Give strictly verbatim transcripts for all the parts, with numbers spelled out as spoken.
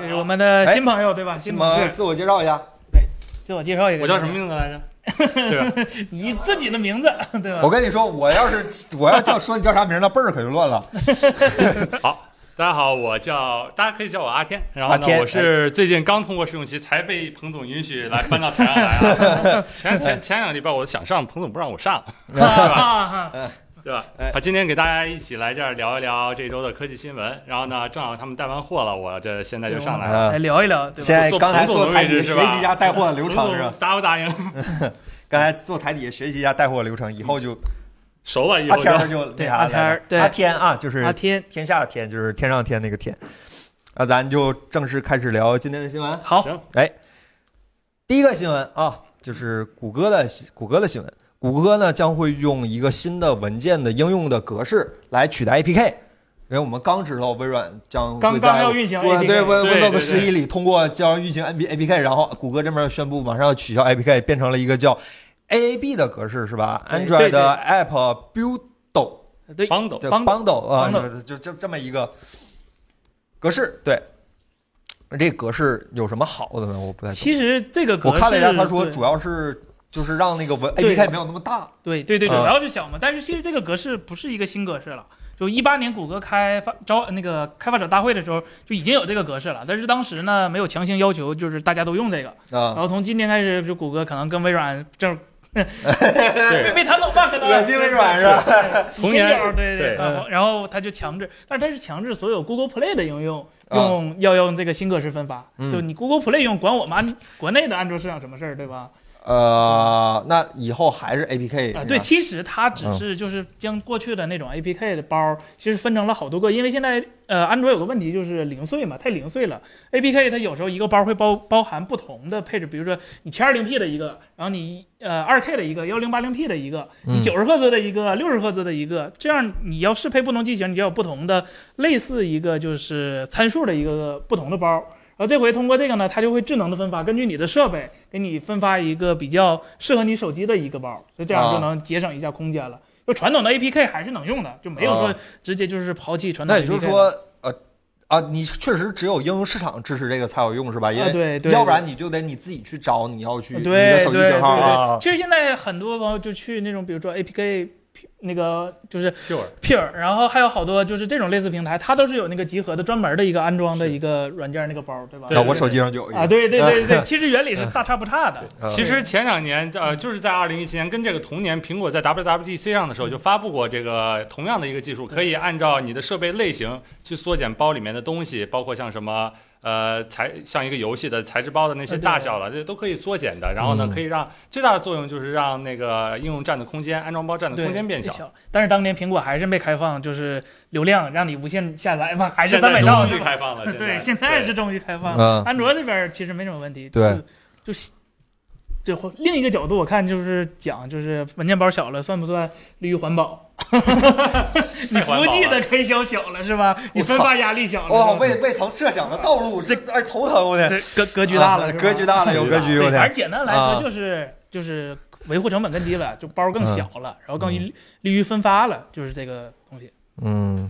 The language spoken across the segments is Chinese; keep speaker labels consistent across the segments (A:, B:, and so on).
A: 这是我们的新朋友，对吧？
B: 新朋友，自我介绍一下。
A: 对，自我介绍一个。
C: 我叫什么名字来着？对吧？
A: 你自己的名字，对吧？
B: 我跟你说，我要是我要叫说你叫啥名，那辈儿可就乱了。
C: 好，大家好，我叫大家可以叫我阿天。然后呢，我是最近刚通过试用期，才被彭总允许来搬到台上来啊。前前前两个礼拜我想上，彭总不让我上，对吧？对吧？好，今天给大家一起来这儿聊一聊这周的科技新闻。然后呢，正好他们带完货了，我这现在就上来了，
A: 来聊一聊。对吧？
B: 现在刚才做台底学习一下带货的流程是吧？
C: 答不答应？
B: 刚才做台底下学习一下带货流程，以后就
C: 熟了。以后
B: 阿天就那啥
A: 来
B: 了。阿天啊，就是
A: 阿天，
B: 天下的天，就是天上天那个天。那咱就正式开始聊今天的新闻。
A: 好，
B: 哎，第一个新闻啊，就是谷歌的谷歌的新闻。谷歌呢将会用一个新的文件的应用的格式来取代 A P K， 因为我们刚知道微软将
A: 刚刚要运行 A P K，
B: 对 Windows 十一里通过将运行 A P K， 然后谷歌这边宣布马上要取消 A P K， 变成了一个叫 A A B 的格式，是吧 ？Android 的 App Builder，
A: 对
C: ，Bundle，
B: 对 Bundle 啊，就就这么一个格式，对。这个格式有什么好的呢？我不太懂。
A: 其实这个格式
B: 我看了一下，他说主要是。就是让那个文 A P K 没有那么大，
A: 对对对，主要是小嘛。但是其实这个格式不是一个新格式了，就一八年谷歌开发招那个开发者大会的时候就已经有这个格式了，但是当时呢没有强行要求，就是大家都用这个。然后从今天开始，就谷歌可能跟微软正
C: 对
A: 没谈懂吧？可能
B: 恶心微软是吧？
A: 同年对对，然后他就强制，但是他是强制所有 Google Play 的应用用要用这个新格式分发，就你 Google Play 用管我们安国内的安卓市场什么事儿，对吧？
B: 呃，那以后还是 A P K
A: 啊？对，其实它只是就是将过去的那种 A P K 的包，其实分成了好多个，因为现在呃，安卓有个问题就是零碎嘛，太零碎了。A P K 它有时候一个包会包包含不同的配置，比如说你 七二零P 的一个，然后你呃 二 K 的一个，一零八零P 的一个，你九十赫兹的一个，六十赫兹的一个，这样你要适配不同机型，你就有不同的类似一个就是参数的一个不同的包。然后这回通过这个呢，它就会智能的分发，根据你的设备给你分发一个比较适合你手机的一个包，所以这样就能节省一下空间了。就传统的 A P K 还是能用的，就没有说直接就是抛弃传统 A P K。
B: 那也就是说，呃啊，你确实只有应用市场支持这个才有用是吧？因为
A: 对对，
B: 要不然你就得你自己去找你要去你
A: 的
B: 手机型号啊。
A: 其实现在很多朋友就去那种比如说 A P K。那个就是
C: Pure
A: Pure， 然后还有好多就是这种类似平台，它都是有那个集合的专门的一个安装的一个软件那个包，对吧？
B: 对，我手机上就有一个
A: 啊，对对对对，其实原理是大差不差的。
C: 其实前两年呃，就是在二零一七年跟这个同年，苹果在 W W D C 上的时候就发布过这个同样的一个技术，可以按照你的设备类型去缩减包里面的东西，包括像什么。呃，材像一个游戏的材质包的那些大小了，这都可以缩减的。然后呢，可以让最大的作用就是让那个应用占的空间，安装包占的空间变小。
A: 小但是当年苹果还是没开放，就是流量让你无限下载嘛，还是三百兆。
C: 终于开放了，
A: 对，现在是终于开放
B: 了。
A: 安卓这边其实没什么问题。
B: 对，
A: 就就另一个角度，我看就是讲，就是文件包小了，算不算利于环保？你服务器的开销小了是吧？你分发压力小了。
B: 哇，未未曾设想的道路，这哎头疼我的。
A: 格格局大了，
B: 格局大了，有格局。
A: 反正简单来说就是就是维护成本更低了，就包更小了，然后更利于分发了，就是这个东西。
B: 嗯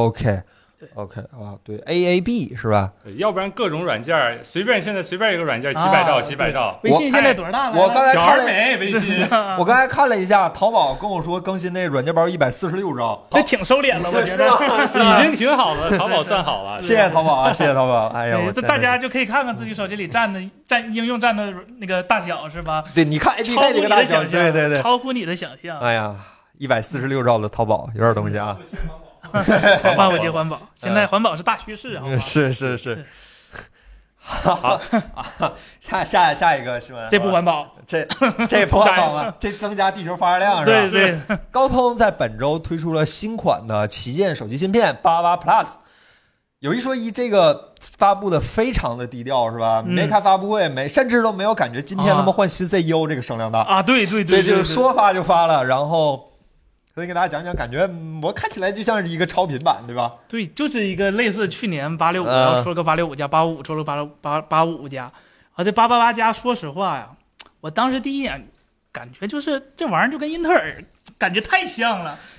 B: ，OK。OK 啊，对 A A B 是吧？
C: 要不然各种软件随便现在随便一个软件几百兆几百兆。
A: 微信现在多少大了？
B: 我刚才看了
C: 微信，
B: 我刚才看了一下，淘宝跟我说更新那软件包一百四十六兆，
A: 这挺收敛了，我觉得
C: 已经挺好了。淘宝算好了，
B: 谢谢淘宝啊，谢谢淘宝。哎呀，
A: 大家就可以看看自己手机里占的占应用占的那个大小是吧？
B: 对，你看 A P K 那个大小，对对对，
A: 超乎你的想象。
B: 哎呀，一百四十六兆的淘宝有点东西啊。
A: 万物皆环保，现在环保是大趋势啊！
B: 是是是。好，下下下一个新闻，
A: 这不环保，
B: 这这不环保吗？这增加地球发热量是
A: 吧？对对。
B: 高通在本周推出了新款的旗舰手机芯片八八 Plus。有一说一，这个发布的非常的低调，是吧？
A: 嗯、
B: 没开发布会，没甚至都没有感觉今天他们换新 C E O 这个声量大
A: 啊！对对对，
B: 对，就是说发就发了，然后。可以给大家讲讲，感觉我看起来就像是一个超频版，对吧？
A: 对，就是一个类似去年八六五，然后出了个八六五加，八五五出了个八八八五五加，啊，这八八八加，说实话呀，我当时第一眼感觉就是这玩意儿就跟英特尔感觉太像了，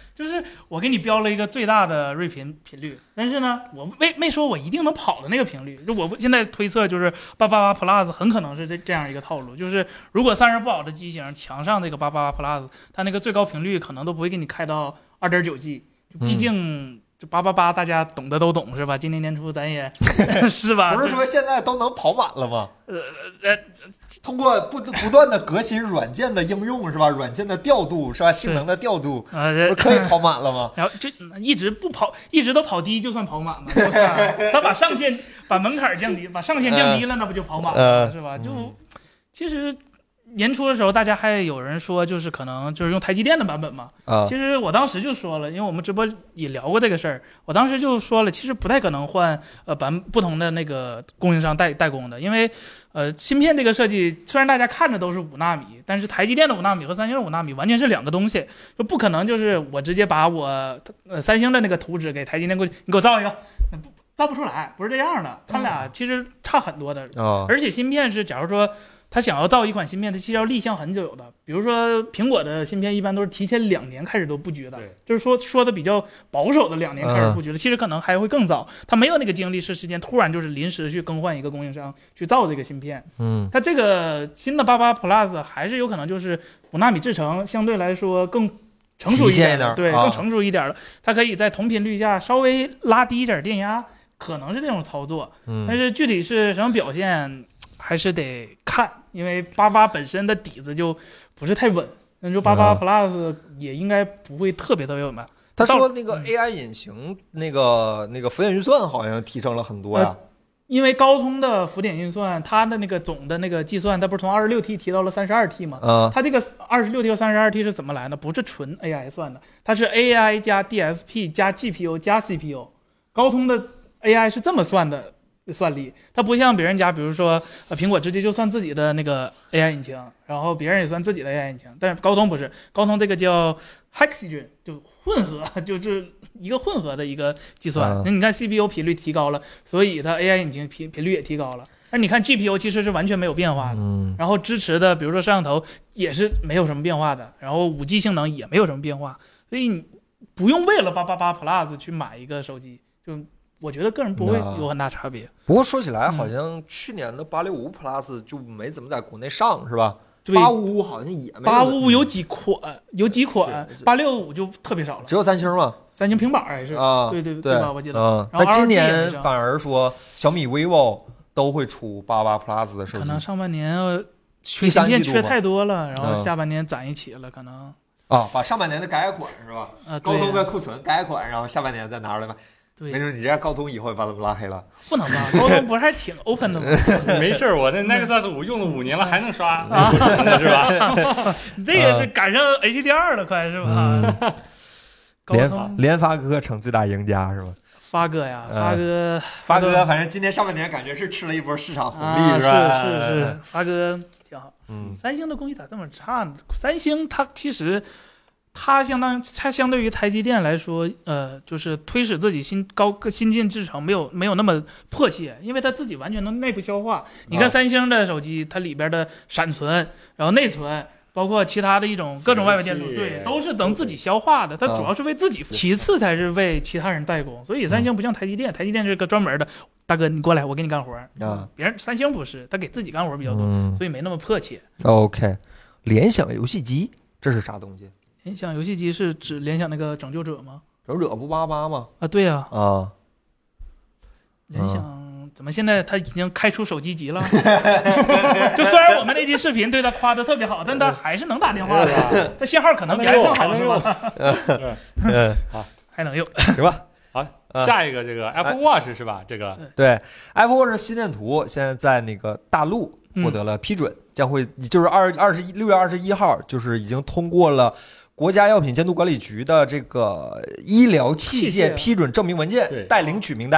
A: 就是我给你标了一个最大的睿频频率，但是呢，我没没说我一定能跑的那个频率。就我现在推测，就是八八八 Plus 很可能是这这样一个套路，就是如果散热不好的机型强上这个八八八 Plus， 它那个最高频率可能都不会给你开到 二点九 G， 毕竟。嗯这八八八大家懂的都懂是吧？今年年初咱也是吧？
B: 不是说现在都能跑满了吗？
A: 呃呃，
B: 通过不不断的革新软件的应用是吧？软件的调度是吧？性能的调度，
A: 呃，
B: 不是可以跑满了吗？
A: 然后就一直不跑，一直都跑低就算跑满了。他把上限、把门槛降低，把上限降低了，那不就跑满了、呃、是吧？就其实。年初的时候，大家还有人说，就是可能就是用台积电的版本嘛。
B: 啊，
A: 其实我当时就说了，因为我们直播也聊过这个事儿，我当时就说了，其实不太可能换呃版不同的那个供应商代代工的，因为呃芯片这个设计虽然大家看着都是五纳米，但是台积电的五纳米和三星的五纳米完全是两个东西，就不可能就是我直接把我呃三星的那个图纸给台积电过去，你给我造一个，不造不出来，不是这样的，它俩其实差很多的。
B: 啊，
A: 而且芯片是，假如说。他想要造一款芯片，他其实要立项很久的。比如说，苹果的芯片一般都是提前两年开始都布局的，就是说说的比较保守的两年开始布局的。嗯、其实可能还会更早，他没有那个精力是时间，突然就是临时去更换一个供应商去造这个芯片。
B: 嗯，
A: 它这个新的八八 Plus 还是有可能就是五纳米制程，相对来说更成熟一点的，对，
B: 啊、
A: 更成熟一点了。它可以在同频率下稍微拉低一点电压，可能是这种操作。
B: 嗯，
A: 但是具体是什么表现？还是得看，因为八八本身的底子就不是太稳，那就八八 Plus 也应该不会特别特别稳吧。
B: 他说那个 A I 引擎那个那个浮点运算好像提升了很多呀、呃。
A: 因为高通的浮点运算，它的那个总的那个计算，它不是从二十六 T 提到了三十二 T 吗？
B: 嗯，
A: 它这个二十六 T 和三十二 T 是怎么来的？不是纯 A I 算的，它是 A I 加 D S P 加 G P U 加 C P U。高通的 A I 是这么算的。算力，它不像别人家，比如说呃，苹果直接就算自己的那个 A I 引擎，然后别人也算自己的 A I 引擎，但是高通不是，高通这个叫 Hexagon， 就混合，就是一个混合的一个计算。那、嗯、你看 C P U 频率提高了，所以它 A I 引擎频频率也提高了。而你看 G P U 其实是完全没有变化的，
B: 嗯，
A: 然后支持的比如说摄像头也是没有什么变化的，然后 五 G 性能也没有什么变化，所以你不用为了八八八 Plus 去买一个手机，就。我觉得个人不会有很大差别。
B: 不过说起来，好像去年的八六五 Plus 就没怎么在国内上，是吧？八五五好像也没。
A: 八五五有几款，有几款，八六五就特别少了。
B: 只有三星嘛？
A: 三星平板还是
B: 啊？
A: 对对
B: 对
A: 吧？我记得。
B: 嗯。但今年反而说小米、vivo 都会出八八 Plus 的手机。
A: 可能上半年缺芯片缺太多了，然后下半年攒一起了，可能。
B: 啊，把上半年的改改款是吧？
A: 啊，
B: 高通的库存改改款，然后下半年再拿出来卖。
A: 对，
B: 没准你这样高通以后也把他们拉黑了。
A: 不能吧？高通不是还挺 open 的吗？
C: 没事，我那 Nexus 五用了五年了，还能刷啊，是吧？
A: 你这个赶上 H D R 了，快是吧？
B: 嗯、联联发哥成最大赢家是吧？
A: 发哥呀，发哥，
B: 嗯、发哥，反正今年上半年感觉是吃了一波市场红利，
A: 啊、
B: 是吧？
A: 是是是，发哥挺好。
B: 嗯，
A: 三星的工艺咋这么差呢？三星它其实。它相当，它相对于台积电来说，呃，就是推使自己新高新进制程没有没有那么迫切，因为它自己完全能内部消化。你看三星的手机，它里边的闪存，然后内存，包括其他的一种各种外围电路，对，都是能自己消化的。它主要是为自己，其次才是为其他人代工。所以三星不像台积电，台积电是个专门的，大哥你过来，我给你干活啊。别人三星不是，他给自己干活比较多，
B: 嗯、
A: 所以没那么迫切。
B: OK， 联想游戏机这是啥东西？
A: 联想游戏机是指联想那个拯救者吗？
B: 拯救者不八八吗？
A: 啊，对呀、
B: 啊。啊，
A: 联想怎么现在他已经开出手机级了？就虽然我们那期视频对他夸的特别好，但他还是能打电话的。他信号可能比 iPhone 好是吧？
B: 嗯，
A: 好，还能用，
B: 行吧？
C: 好，下一个这个 Apple Watch 是吧？这个
B: 对 Apple Watch 心电图现在在那个大陆获得了批准，嗯、将会就是二二十一六月二十一号，就是已经通过了。国家药品监督管理局的这个医疗器械批准证明文件待领取名单，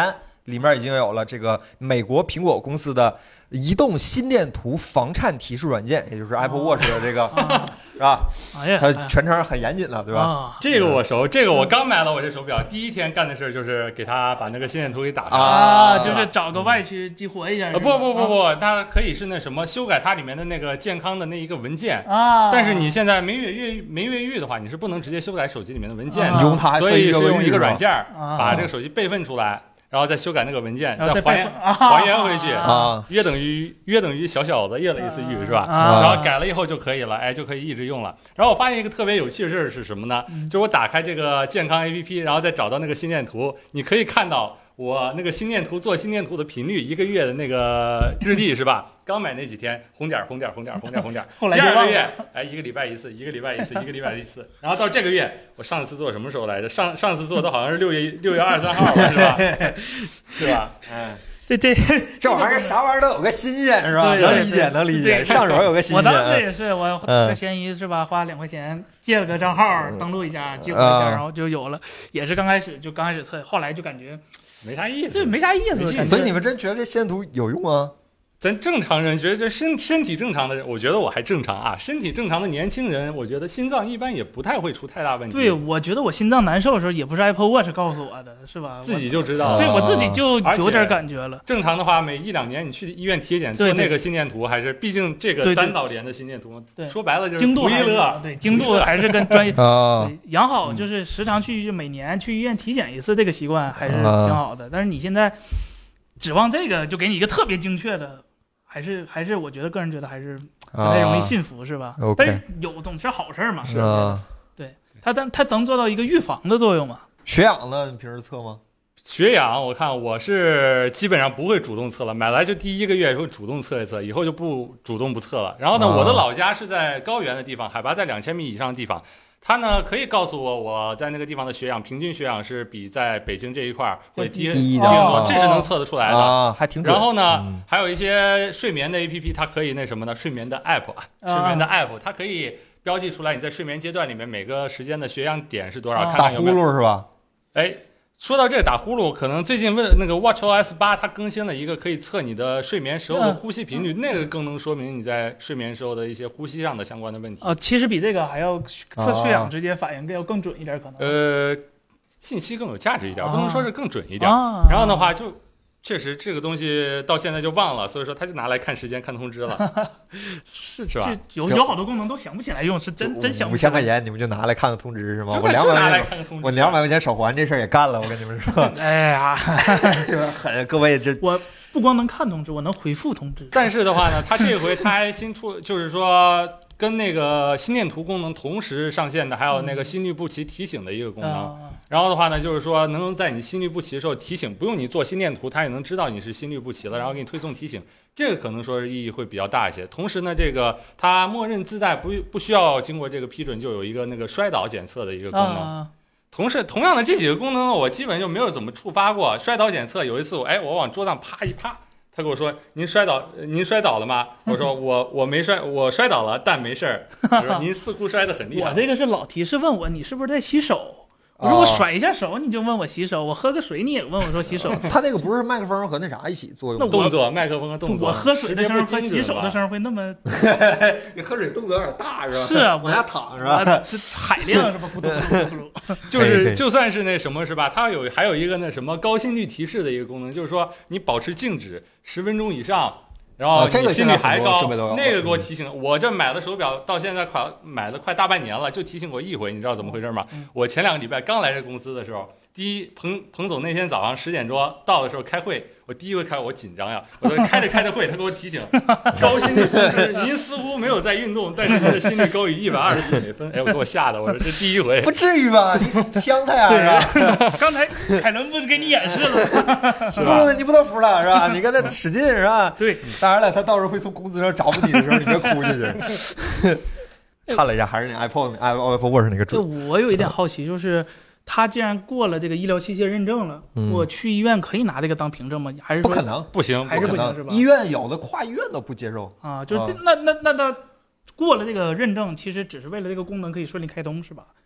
B: 里面已经有了这个美国苹果公司的移动心电图防颤提示软件，也就是 Apple Watch 的这个，
A: 啊、
B: 是吧？
A: 哎呀，
B: 它全程很严谨了，对吧？
A: 啊、
C: 这个我熟，这个我刚买了我这手表，第一天干的事就是给它把那个心电图给打开。
A: 啊，就是找个外区激活一下。
C: 呃、不不不不，它可以是那什么修改它里面的那个健康的那一个文件
A: 啊。
C: 但是你现在没越越没越狱的话，你是不能直接修改手机里面的文件的，
A: 啊、
B: 用它，
C: 所以是用一个软件
A: 啊、
C: 把这个手机备份出来。然后再修改那个文件，
A: 再
C: 还原、
A: 啊、
C: 还原回去
B: 啊，
C: 约等于约等于小小的约了一次狱、啊、是吧、
A: 啊？
C: 然后改了以后就可以了，哎，就可以一直用了。然后我发现一个特别有趣的事是什么呢？
A: 嗯、
C: 就是我打开这个健康 A P P， 然后再找到那个心电图，你可以看到我那个心电图做心电图的频率，一个月的那个日历是吧？刚买那几天红点红点红点红点红点，
A: 后来
C: 第二个月哎一个礼拜一次，一个礼拜一次，一个礼拜一次，然后到这个月我上次做什么时候来着？上上次做的好像是六月六月二十三号吧，是吧？是吧？
B: 嗯。
A: 这这
B: 这玩意儿啥玩意儿都有个新鲜是吧？能理解能理解，上手有个新鲜。
A: 我当时也是，我在闲鱼是吧，花两块钱借了个账号，登录一下，激活一下，然后就有了。也是刚开始就刚开始测，后来就感觉
C: 没啥意思，
A: 对，没啥意思。
B: 所以你们真觉得这心电图有用吗？
C: 咱正常人觉得这身身体正常的人，我觉得我还正常啊。身体正常的年轻人，我觉得心脏一般也不太会出太大问题。
A: 对，我觉得我心脏难受的时候，也不是 Apple Watch 告诉我的，是吧？
C: 自己就知道。
A: 对，我自己就有点感觉了。
C: 正常的话，每一两年你去医院体检做那个心电图，还是毕竟这个单导联的心电图，
A: 对，
C: 说白了就是
A: 精度
C: 图一乐。
A: 对，精度还是跟专业
B: 啊
A: 养好，就是时常去每年去医院体检一次，这个习惯还是挺好的。但是你现在指望这个就给你一个特别精确的。还是还是，我觉得个人觉得还是不太容易信服，啊、是吧？
B: okay.
A: 但是有总是好事嘛，
B: 是啊。
A: 对，它它它能做到一个预防的作用嘛？
B: 血氧呢？你平时测吗？
C: 血氧，我看我是基本上不会主动测了，买来就第一个月会主动测一测，以后就不主动不测了。然后呢，啊、我的老家是在高原的地方，海拔在两千米以上的地方。它呢可以告诉我我在那个地方的血氧平均血氧是比在北京这一块会低
B: 低
C: 很多，这是能测得出来的
B: 啊，还挺准。
C: 然后呢，嗯、还有一些睡眠的 A P P， 它可以那什么呢？睡眠的 App 啊，睡眠的 App， 它可以标记出来你在睡眠阶段里面每个时间的血氧点是多少，
A: 啊、
C: 看看有没有
B: 打呼噜是吧？
C: 哎。说到这个打呼噜，可能最近问那个 WatchOS 八，它更新了一个可以测你的睡眠时候的呼吸频率，嗯、那个更能说明你在睡眠时候的一些呼吸上的相关的问题。
A: 啊，其实比这个还要测血氧直接反应要更准一点，可能。
C: 呃，信息更有价值一点，啊、不能说是更准一点。
A: 啊、
C: 然后的话就。确实，这个东西到现在就忘了，所以说他就拿来看时间、看通知了，
A: 是
C: 是吧？
A: 有有好多功能都想不起来用，是真真想不起来。
B: 五千块钱你们就拿来看个通知是吗？
C: 我
B: 两百
C: 拿来看个通知，
B: 我两百块钱手环这事儿也干了，我跟你们说。
A: 哎呀，
B: 狠，各位这
A: 我不光能看通知，我能回复通知。
C: 但是的话呢，它这回它还新出，就是说。跟那个心电图功能同时上线的，还有那个心律不齐提醒的一个功能。
A: 嗯、
C: 然后的话呢，就是说能在你心律不齐的时候提醒，不用你做心电图，它也能知道你是心律不齐了，然后给你推送提醒。这个可能说是意义会比较大一些。同时呢，这个它默认自带不不需要经过这个批准，就有一个那个摔倒检测的一个功能。
A: 嗯、
C: 同时，同样的这几个功能，我基本就没有怎么触发过。摔倒检测有一次我，哎，我往桌上啪一趴。他跟我说：“您摔倒，您摔倒了吗？”我说：“我我没摔，我摔倒了，但没事儿。”他说：“您似乎摔得很厉害。”
A: 我这个是老提示问我你是不是在洗手。我说我甩一下手，你就问我洗手；我喝个水，你也问我说洗手。
B: 他那个不是麦克风和那啥一起作用？
C: 动作，麦克风和动作。
A: 我喝水的声和洗手的声会那么？
B: 你喝水动作有点大是吧？
A: 是啊，
B: 往下躺是吧？
A: 这海量是吧？咕嘟咕嘟咕嘟。
C: 就是就算是那什么是吧？它有还有一个那什么高心率提示的一个功能，就是说你保持静止十分钟以上。然后你心率还高，那个给我提醒，我这买的手表到现在快买了快大半年了，就提醒我一回，你知道怎么回事吗？我前两个礼拜刚来这公司的时候，第一彭彭总那天早上十点多到的时候开会，我第一回开我紧张呀，我说开着开着会，他给我提醒高心率通知，您似乎没有在运动，但是您的心率高于一百二十四每分，哎，我给我吓的，我说这第一回，
B: 不至于吧？你呛他呀，是
A: 吧？刚才凯伦不是给你演示了，
B: 是吧？你不能服他，是吧？你跟他使劲，是吧？
A: 对，
B: 当然了，他到时候会从工资上找补你的时候，你别哭进去。看了一下，还是那 Apple Apple Apple Watch 那个准。
A: 我有一点好奇，就是他既然过了这个医疗器械认证了，
B: 嗯、
A: 我去医院可以拿这个当凭证吗？还是
B: 不可能？
C: 不行，
A: 还是不行是吧？
B: 医院有的跨医院都不接受
A: 啊，就是这、啊、那那那他过了这个认证，其实只是为了这个功能可以顺利开通是吧？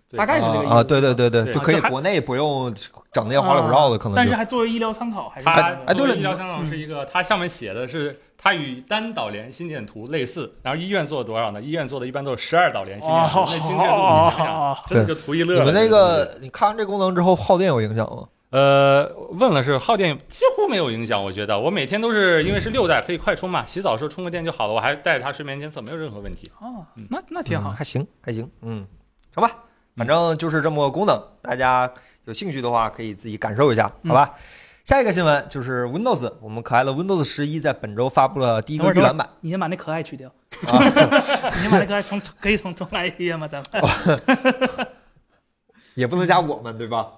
C: 对
A: 大概是这个意思
B: 啊，对对对对，
C: 对
B: 就可以
A: 就还
B: 国内不用整那些花里胡哨的，可能就
A: 但是还作为医疗参考，还是
C: 它
B: 哎对了
C: 作为医疗参考是一个，它上面写的是它与单导联心电图类似，然后医院做多少呢？医院做的一般都是十二导联心电图，
A: 哦
C: 那精确度你想想，真的就图一乐了。
B: 你们那个，你看完这功能之后耗电有影响吗？
C: 呃，问了是耗电几乎没有影响，我觉得我每天都是因为是六代可以快充嘛，洗澡的时候充个电就好了，我还带着它睡眠监测，没有任何问题。
A: 哦
C: 嗯，
A: 那那挺好
B: 嗯。还行还行，嗯，成吧，反正就是这么个功能，大家有兴趣的话可以自己感受一下，好吧？下一个新闻就是 Windows， 我们可爱的 Windows 十一在本周发布了第一个预览版。
A: 你先把那可爱去掉，
B: 啊、
A: 你先把那可爱重可以重重来一遍吗？咱们
B: 也不能加我们对吧？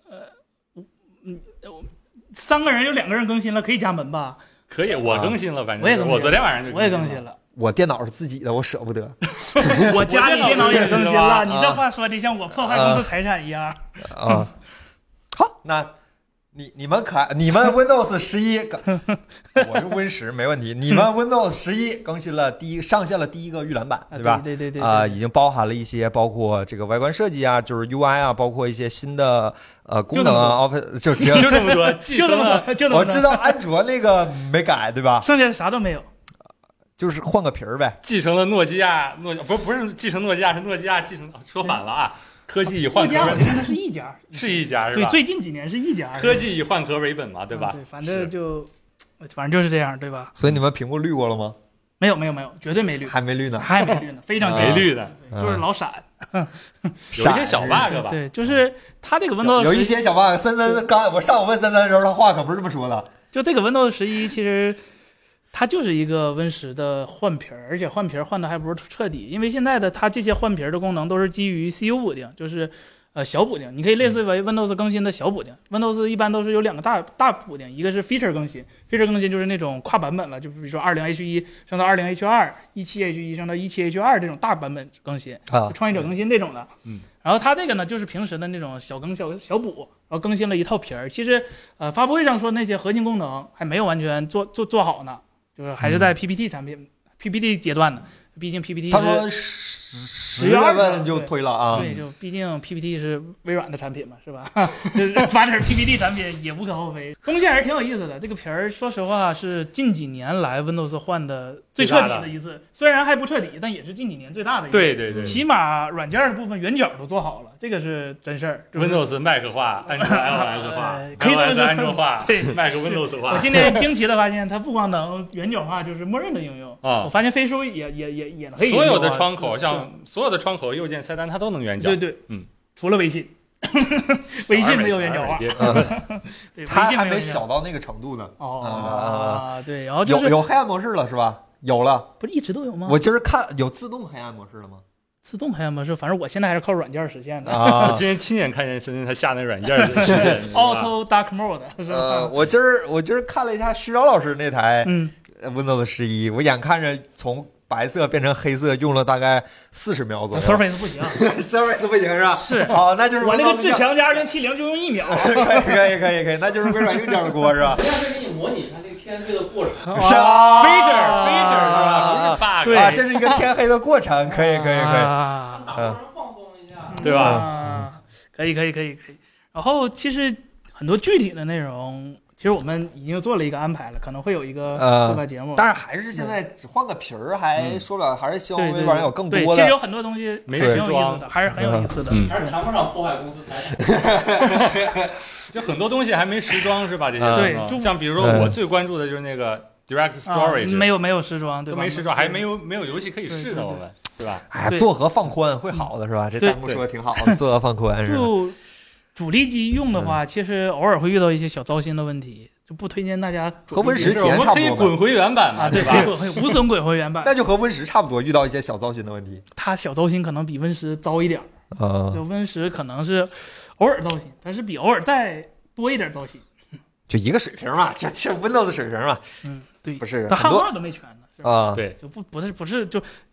A: 三个人有两个人更新了，可以加门吧？
C: 可以，我更新了，反正
A: 我也更新了
C: 我昨天晚上就
A: 我也更新了，
B: 我电脑是自己的，我舍不得。
A: 我家里电脑也更新了。
B: 啊
A: 你这话说的像我破坏公司财产一样。
B: 啊，好，那你你们可爱，你们 Windows 十一，我用 Win 十没问题。你们 Windows 十一更新了第一，上线了第一个预览版，
A: 啊
B: 对吧？
A: 对对对对
B: 啊、已经包含了一些包括这个外观设计啊，就是 U I 啊，包括一些新的呃功能啊，Office 就只有
C: 就这么多，继
A: 就这么
C: 承了
A: 多，就这么多。
B: 我知道安卓那个没改，对吧？
A: 剩下的啥都没有。
B: 就是换个皮儿呗。
C: 继承了诺基亚，诺不是不是继承诺基亚，是诺基亚继承，说反了啊！科技以换
A: 诺基亚
C: 壳为
A: 我觉得它是一家，
C: 是一家是
A: 对，
C: 吧？
A: 最近几年是一家。
C: 科技以换壳为本嘛，对吧？
A: 嗯对，反正就反正就是这样，对吧？
B: 所以你们屏幕滤过了吗？
A: 没有没有没有，绝对没绿，
B: 还没滤呢。
A: 还没绿呢，非常
B: 啊
A: 简单
C: 没绿的，
A: 对就是老闪。
C: 有一些小 bug 吧。
A: 对，就是它这个 Windows
B: 有一些小 bug。森森刚我上午问森森的时候，他话可不是这么说的。
A: 就这个 Windows 十一，其实它就是一个 Win 十的换皮儿，而且换皮儿换的还不是彻底，因为现在的它这些换皮儿的功能都是基于 C U 补丁，就是呃小补丁，你可以类似为 Windows 更新的小补丁。Windows 一般都是有两个大大补丁，一个是 feature 更新 ，feature 更新就是那种跨版本了，就比如说 二十 H 一 上到 二十 H 二，十七 H 一 上到十七 H 二这种大版本更新，
B: 啊
A: 就创业者更新这种的。
C: 嗯，
A: 然后它这个呢，就是平时的那种小更小小补，然后更新了一套皮儿。其实呃发布会上说那些核心功能还没有完全做做做好呢。就是还是在 P P T 产品、嗯、P P T 阶段的，毕竟 P P T
B: 他说十十月份就推了啊，
A: 对，就毕竟 P P T 是微软的产品嘛，是吧？发点 P P T 产品也无可厚非。东西还是挺有意思的，这个皮儿说实话是近几年来 Windows 换的最彻底的一次，虽然还不彻底，但也是近几年最大的一次。
C: 对对对，
A: 起码软件的部分圆角都做好了，这个是真事儿。
C: Windows Mac 化，安卓 iOS 化
A: 可以
C: ，iOS 安卓化，
A: 对
C: Mac Windows 化。
A: 我今天惊奇的发现，它不光能圆角化，就是默认的应用
C: 啊。
A: 我发现飞书也也也也可以。
C: 所有的窗口，像所有的窗口右键菜单，它都能圆角。
A: 对对，
C: 嗯，
A: 除了微信，微信没有圆角化。
B: 它还没小到那个程度呢。
A: 哦，对，然后就是
B: 有有黑暗模式了是吧？有了，
A: 不是一直都有吗？
B: 我今儿看有自动黑暗模式了吗？
A: 自动黑暗模式，反正我现在还是靠软件实现的。
B: 啊，
C: 我今天亲眼看见森森他下那软件实现
A: ，Auto Dark Mode 是吧？
B: 呃，我今儿我今儿看了一下徐钊老师那台
A: 嗯
B: Windows 十一，我眼看着从白色变成黑色用了大概四十秒左右。
A: Surface 不行
B: ，Surface 不行是吧？
A: 是，
B: 好，那就是
A: 我那个至强加二零七零就用一秒。
B: 可以可以可以可以，那就是微软硬件的锅是吧？
D: 人家是给你模拟它那个天黑的过程。
B: 是啊
C: feature feature 是吧？不是 bug。
A: 对
B: 啊，这是一个天黑的过程，可以可以可以。
A: 啊，
D: 打工人放松一下，
C: 对吧？
A: 啊，可以可以可以可以。然后其实很多具体的内容。其实我们已经做了一个安排了，可能会有一个播客节目。
B: 但是还是现在只换个皮儿，还说不了，还是希望微
A: 软
B: 有更多
A: 的。
B: 的。
A: 其实有很多东西
C: 没
A: 挺有意思的，还是很有意思的。
D: 还是谈不上破坏公司财产。
C: 就很多东西还没时装是吧？这些
A: 对，
C: 像比如说我最关注的就是那个 Direct Storage，
A: 没有没有时装，对
C: 吧？都没时装，还没有没有游戏可以试呢，我们对吧？
B: 哎，做核放宽会好的是吧？这弹幕说的挺好的，做核放宽是吧？
A: 主力机用的话，其实偶尔会遇到一些小糟心的问题，就不推荐大家。
B: 和 Win 十体验
C: 差不多，我们可以滚回原版嘛，
A: 对
C: 吧？
A: 无损滚回原版，
B: 那就和 Win 十差不多，遇到一些小糟心的问题。
A: 它小糟心可能比 Win 十糟一点
B: 啊，
A: 就 Win 十可能是偶尔糟心，但是比偶尔再多一点糟心。
B: 就一个水平嘛，就就 Windows 水平嘛。
A: 嗯，对，
B: 不是
A: 它汉化都没全呢。
B: 啊，
C: 对，
A: 就不不是不是就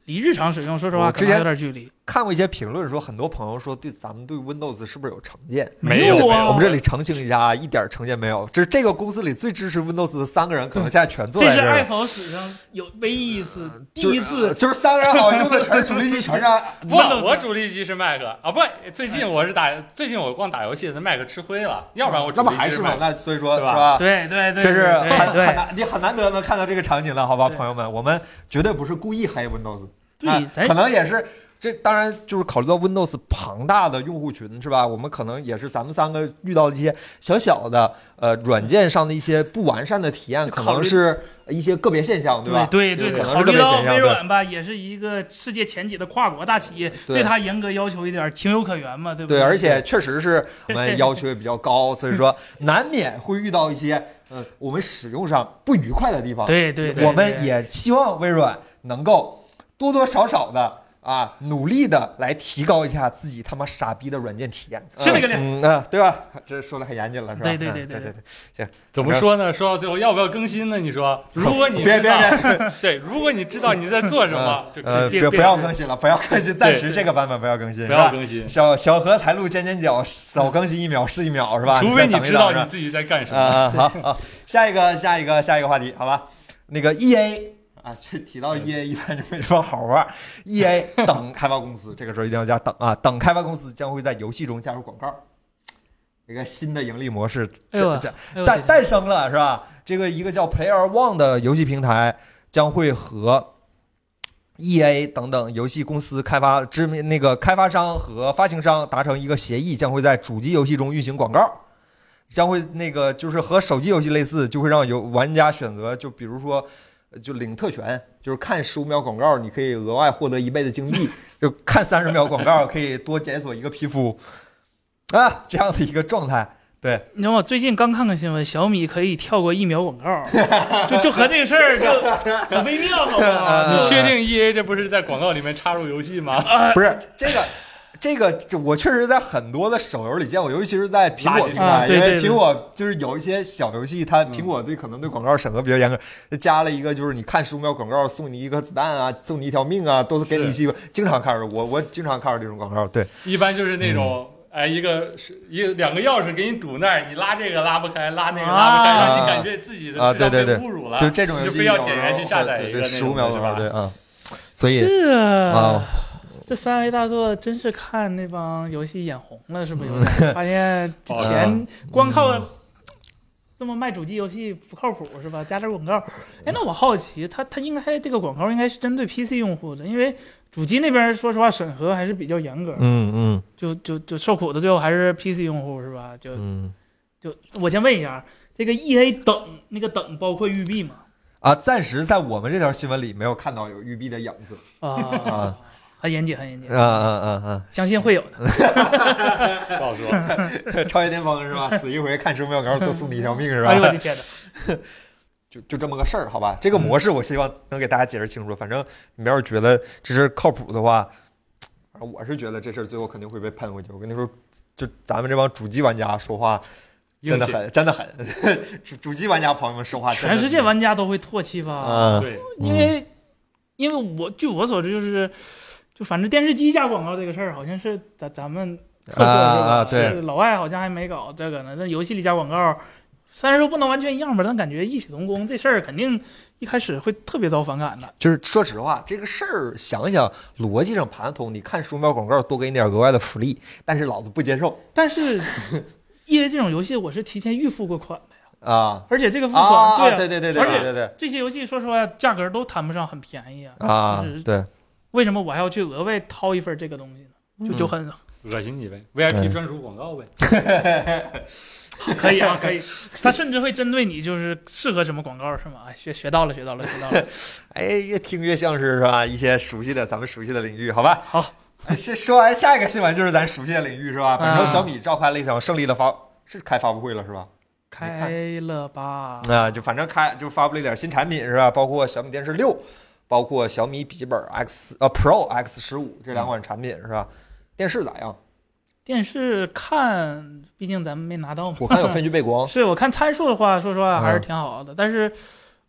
A: 离日常使用，说实话可能
B: 我之前
A: 有点距离。
B: 看过一些评论说，很多朋友说对咱们对 Windows 是不是有成见？
C: 没有
A: 有啊，
B: 我们这里澄清一下啊，一点成见没有。这这个公司里最支持 Windows 的三个人，可能现在全坐
A: 这是
B: 在这儿。
A: 爱否史上有唯一一次，第
B: 就是
A: 一次
B: 就是三个人好像用的全是主力机，全是
C: 不，我主力机是 Mac 啊，不，最近我是打，最近我光打游戏，那 Mac 吃灰了，要不然我主
B: 那
C: 力机是
B: 不还是吗？
C: Mac。
B: 那所以说
C: 对吧
B: 是吧？
A: 对对对，
B: 这是
A: 对对
B: 很很难，你很难得能看到这个场景了，好吧，
A: 对
B: 朋友们，我们绝对不是故意黑 Windows，
A: 对，
B: 啊
A: 咱
B: 可能也是。这当然就是考虑到 Windows 庞大的用户群，是吧？我们可能也是咱们三个遇到一些小小的呃软件上的一些不完善的体验，可能是一些个别现象，吧？
A: 对对
B: 可能
A: 考虑到
B: 是个别现象。
A: 微软吧，也是一个世界前几的跨国大企业，对它严格要求一点，情有可原嘛，对不
B: 对？
A: 对，
B: 而且确实是我们要求也比较高，所以说难免会遇到一些呃我们使用上不愉快的地方。
A: 对对对，
B: 我们也希望微软能够多多少少的。啊，努力的来提高一下自己他妈傻逼的软件体验，
A: 是那个理，
B: 嗯啊，对吧？这说的很严谨了，是吧？
A: 对对对
B: 对
A: 对
B: 对行，
C: 怎么说呢？说到最后，要不要更新呢？你说，如果你
B: 别别别，
C: 对，如果你知道你在做什么，就
B: 呃，
A: 别别
B: 别不要更新了，不要更新，暂时这个版本不要更新，
C: 不要更新。
B: 小小何才露尖尖角，少更新一秒是一秒，是吧？
C: 除非你知道
B: 你
C: 你自己在干什么。
B: 啊，好好，下一个下一个下一个话题，好吧？那个 E A。啊，这提到 E A 一般就没什么好话。E A 等开发公司，这个时候一定要加等啊，等开发公司将会在游戏中加入广告，一个新的盈利模式
A: 这
B: 诞诞生了，是吧？这个一个叫 Player One 的游戏平台将会和 E A 等等游戏公司开发知名那个开发商和发行商达成一个协议，将会在主机游戏中运行广告。将会那个就是和手机游戏类似，就会让有玩家选择，就比如说。就领特权，就是看十五秒广告，你可以额外获得一倍的经济；就看三十秒广告，可以多解锁一个皮肤啊，这样的一个状态。对，
A: 你知道吗？最近刚看个新闻，小米可以跳过一秒广告，就就和这个事儿就很微妙，好不好？
C: 你确定 E A 这不是在广告里面插入游戏吗？
B: 不是这个。这个我确实在很多的手游里见过，尤其是在苹果平台，
A: 啊、对对对
B: 因为苹果就是有一些小游戏，它苹果对可能对广告审核比较严格，它加了一个就是你看十五秒广告送你一颗子弹啊，送你一条命啊，都是给你一些经常看着我我经常看着这种广告，对，
C: 一般就是那种。嗯哎，一个是一个两个钥匙给你堵那儿，你拉这个拉不开，拉那个拉不开，
A: 啊、
C: 让你感觉自己的
B: 啊，对对对，
C: 侮辱了，
B: 对这种游戏
C: 就非要点燃去下载一个
B: 十五秒
C: 是吧？
B: 对啊，所以
A: 这
B: 啊。
A: 这三 A 大作真是看那帮游戏眼红了，是不是？有点发现钱光靠这么卖主机游戏不靠谱，是吧？加点广告，哎，那我好奇，他他应该这个广告应该是针对 P C 用户的，因为主机那边说实话审核还是比较严格，
B: 嗯嗯，
A: 就就就受苦的最后还是 P C 用户，是吧？就
B: 嗯，
A: 就我先问一下，这个 E A 等那个等包括育碧吗？
B: 啊，暂时在我们这条新闻里没有看到有育碧的影子
A: 啊。
B: 啊
A: 很严谨，很严谨
B: 啊啊啊啊！
A: 相信会有的，
C: 不好说。
B: 超越巅峰是吧？死一回看十五秒广告多送你一条命是吧？
A: 哎呦我的天哪！
B: 就就这么个事儿，好吧？这个模式我希望能给大家解释清楚。反正你们要是觉得这是靠谱的话，我是觉得这事儿最后肯定会被喷回去。我跟你说，就咱们这帮主机玩家说话真的很，真的很。主主机玩家朋友们说话，
A: 全世界玩家都会唾弃吧？
B: 啊，
C: 对，
A: 因为因为我据我所知就是。就反正电视机加广告这个事儿，好像是咱咱们特色是吧？
B: 啊对，
A: 老外好像还没搞这个呢。那游戏里加广告，虽然说不能完全一样吧，但感觉异曲同工。这事儿肯定一开始会特别遭反感的。
B: 就是说实话，这个事儿想想逻辑上盘得通，你看十五秒广告多给你点额外的福利，但是老子不接受。
A: 但是因为这种游戏我是提前预付过款的呀。
B: 啊，
A: 而且这个付款，
B: 啊、
A: 对、啊、
B: 对对对对对对对，
A: 这些游戏说实话价格都谈不上很便宜啊。
B: 啊，
A: 就是、
B: 对。
A: 为什么我还要去额外掏一份这个东西呢？就就很
C: 恶心你呗 ，V I P 专属广告呗。
A: 可以啊，可以。他甚至会针对你，就是适合什么广告是吗？哎，学学到了，学到了，学到了。
B: 哎，越听越像是是吧？一些熟悉的咱们熟悉的领域，好吧？
A: 好，
B: 是说完下一个新闻就是咱熟悉的领域是吧？本周小米召开了一场胜利的发，是开发布会了是吧？
A: 开了吧？
B: 啊，就反正开就发布了一点新产品是吧？包括小米电视六。包括小米笔记本 X 呃 Pro X 十五这两款产品是吧？电视咋样？
A: 电视看，毕竟咱们没拿到嘛。
B: 我看有分区背光。
A: 是我看参数的话，说实话还是挺好的，嗯、但是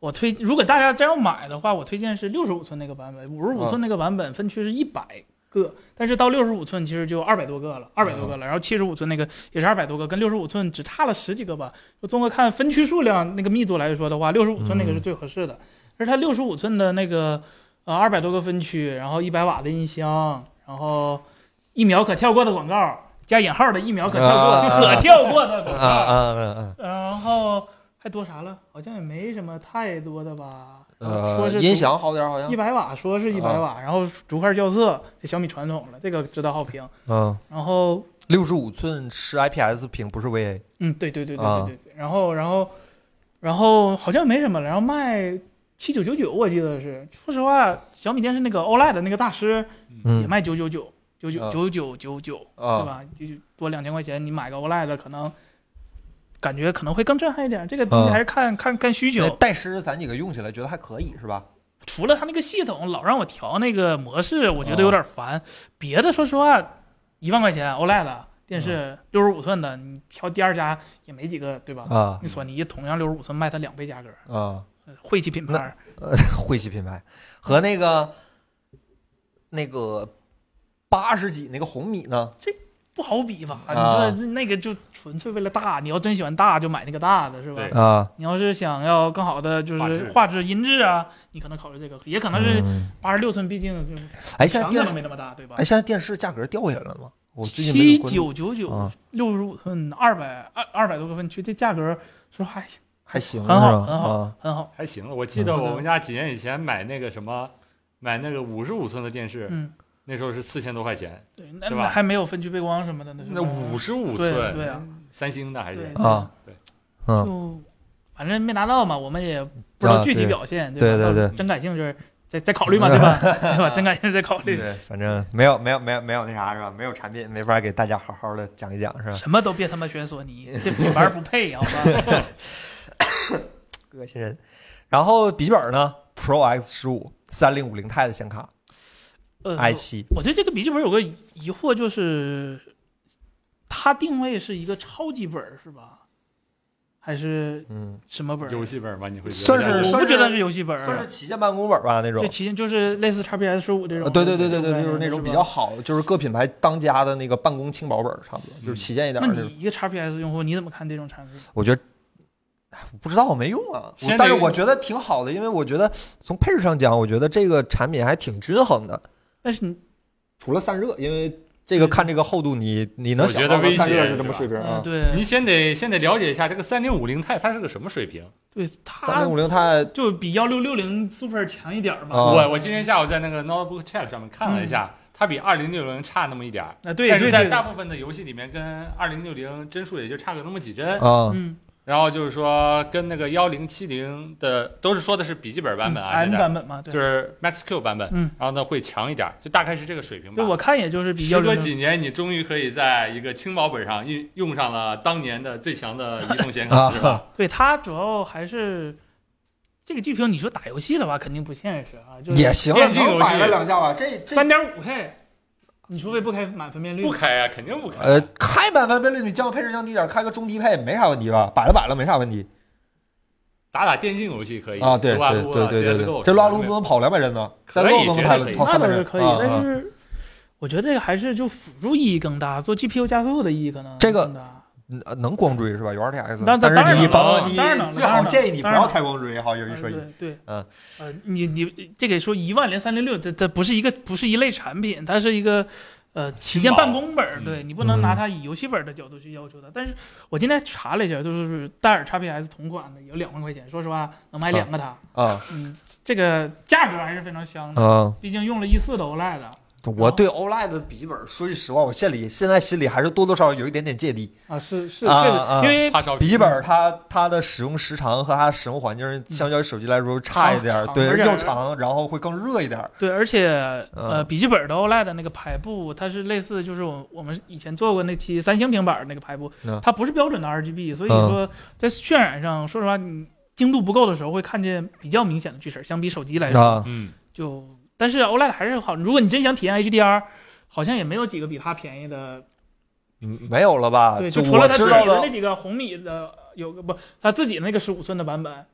A: 我推，如果大家真要买的话，我推荐是六十五寸那个版本，五十五寸那个版本分区是一百个，但是到六十五寸其实就二百多个了，二百多个了。然后七十五寸那个也是二百多个，跟六十五寸只差了十几个吧。就综合看分区数量那个密度来说的话，六十五寸那个是最合适的。而它六十五寸的那个呃二百多个分区，然后一百瓦的音箱，然后一秒可跳过的广告，加引号的一秒可跳过，
B: 啊、
A: 可跳过的广告，
B: 啊啊啊啊、
A: 然后。还多啥了？好像也没什么太多的吧。
B: 呃，
A: 说是
B: 音响好点，好像
A: 一百瓦，说是一百瓦、啊，然后逐块校色，这小米传统了，这个值得好评。
B: 嗯，
A: 然后
B: 六十五寸是 I P S 屏，不是 V A。
A: 嗯，对对对对对对对。啊、然后然后然后好像没什么了，然后卖七九九九，我记得是。说实话，小米电视那个 O L E D 的那个大师也卖九九九九九九九九九，对吧？就多两千块钱，你买个 O L E D 可能。感觉可能会更震撼一点，这个东西还是看、嗯、看看需求。
B: 戴师咱几个用起来觉得还可以是吧？
A: 除了它那个系统老让我调那个模式，我觉得有点烦。哦、别的说实话，一万块钱 O L E D 电视六十五寸的，你调第二家也没几个，对吧？
B: 啊，
A: 你索尼同样六十五寸卖它两倍价格
B: 啊，
A: 晦气品牌，
B: 呃，晦气品牌和那个那个八十几那个红米呢？
A: 这。不好比吧？
B: 啊、
A: 你说那个就纯粹为了大，你要真喜欢大就买那个大的，是吧？
B: 啊，
A: 你要是想要更好的就是画质、音质啊，你可能考虑这个，也可能是八十六寸，毕竟就
B: 哎，现在电
A: 视没那么大，对吧？
B: 哎，现在电视价格掉下来了吗？我最近
A: 七九九九，六十五寸，二百二二百多个分区，这价格说还行，
B: 还行，
A: 很好，很好，
B: 啊、
A: 很好，
C: 还行。我记得我们家几年以前买那个什么，买那个五十五寸的电视，
A: 嗯。
C: 那时候是四千多块钱，
A: 对，那那还没有分区背光什么的呢。
C: 那五十五寸，
A: 对啊，
C: 三星的还是
B: 啊，
C: 对，
B: 嗯，
A: 就反正没拿到嘛，我们也不知道具体表现，
B: 啊、对对对，
A: 真感兴趣再再考虑嘛，对吧？对吧？真感兴趣再考虑。
B: 对，反正没有没有没有没有那啥是吧？没有产品，没法给大家好好的讲一讲是吧？
A: 什么都别他妈选索尼，这品牌不配，好吧？
B: 恶心人。然后笔记本呢 ，Pro X 十五三零五零 钛的显卡。
A: 呃
B: i 七，
A: 我对这个笔记本有个疑惑，就是它定位是一个超级本是吧？还是
B: 嗯
A: 什么本？
C: 游戏本吧？你会觉得
B: 算是？
A: 我不觉得是游戏本，
B: 算是旗舰办公本吧那种。
A: 这旗舰就是类似 X P S 十五这种。
B: 对对对对对，就是那种比较好的，就是各品牌当家的那个办公轻薄本，差不多，就是旗舰一点的。
A: 那你一个 X P S 用户，你怎么看这种产品？
B: 我觉得。我不知道，我没用啊，但是我觉得挺好的，因为我觉得从配置上讲，我觉得这个产品还挺均衡的。
A: 但是你
B: 除了散热，因为这个看这个厚度你，你你能想到散热是什么水平啊？
A: 对，
C: 你先得先得了解一下这个三零五零钛它是个什么水平。
A: 对，它
B: 三零五零钛
A: 就比幺六六零 Super 强一点吧。
C: 哦、我我今天下午在那个 Notebook Chat 上面看了一下。嗯，它比二零六零差那么一点儿，
A: 啊对，
C: 但是在大部分的游戏里面，跟二零六零帧数也就差个那么几帧
B: 啊。
A: 嗯，
C: 然后就是说，跟那个幺零七零的都是说的是笔记本版本啊，
A: 嗯、M 版本嘛，对，
C: 就是 Max Q 版本，
A: 嗯，
C: 然后呢会强一点，就大概是这个水平吧。
A: 对，我看也就是比
C: 时隔几年，你终于可以在一个轻薄本上用用上了当年的最强的移动显卡，是吧？
A: 对，它主要还是这个 G P U， 你说打游戏的话肯定不现实啊，就是
B: 也行，能摆了两下吧，这
A: 三点五 K。你除非不开满分辨率，
C: 不开啊，肯定不开。
B: 呃，开满分辨率，你降配置降低点，开个中低配没啥问题吧？摆了摆了没啥问题。
C: 打打电竞游戏可以
B: 啊，对对对对对对，这撸啊撸不能跑两百帧呢，在撸都能跑跑三百帧，
A: 那倒是可以。但是我觉得这个还是就辅助意义更大，做 G P U 加速的意义可能
B: 这个能光追是吧？有 R T X，
A: 但
B: 是你帮你
A: 当然
B: 最好建议你不要开光追，好有一说一。
A: 对，
B: 嗯，
A: 呃，你你这个说一万连三零六，这这不是一个不是一类产品，它是一个。呃，旗舰办公本，对你不能拿它以游戏本的角度去要求它。但是我今天查了一下，就是戴尔 X P S 同款的有两万块钱，说实话能买两个它
B: 啊，
A: 嗯，这个价格还是非常香的
B: 啊，
A: 毕竟用了一四的 O L E D。
B: 我对 O L E D 的笔记本，说句实话，我心里现在心里还是多多少少有一点点芥蒂
A: 啊，是是
B: 啊，
A: 是
B: 啊
A: 因为
B: 笔记本它它的使用时长和它的使用环境相较于手机来说差一点，对，又长，然后会更热一点。
A: 对，而且呃，笔记本的 O L E D 的那个排布，它是类似就是我我们以前做过那期三星平板那个排布，它不是标准的 R G B， 所以说在渲染上，说实话，你精度不够的时候会看见比较明显的锯齿，相比手机来说，
C: 嗯，
A: 就但是 O L E D 还是好。如果你真想体验 H D R。好像也没有几个比它便宜的，
B: 嗯，没有了吧？
A: 对，
B: 就
A: 除了他自己的
B: 的
A: 那几个红米的，有个不，他自己那个十五寸的版本，
B: 啊，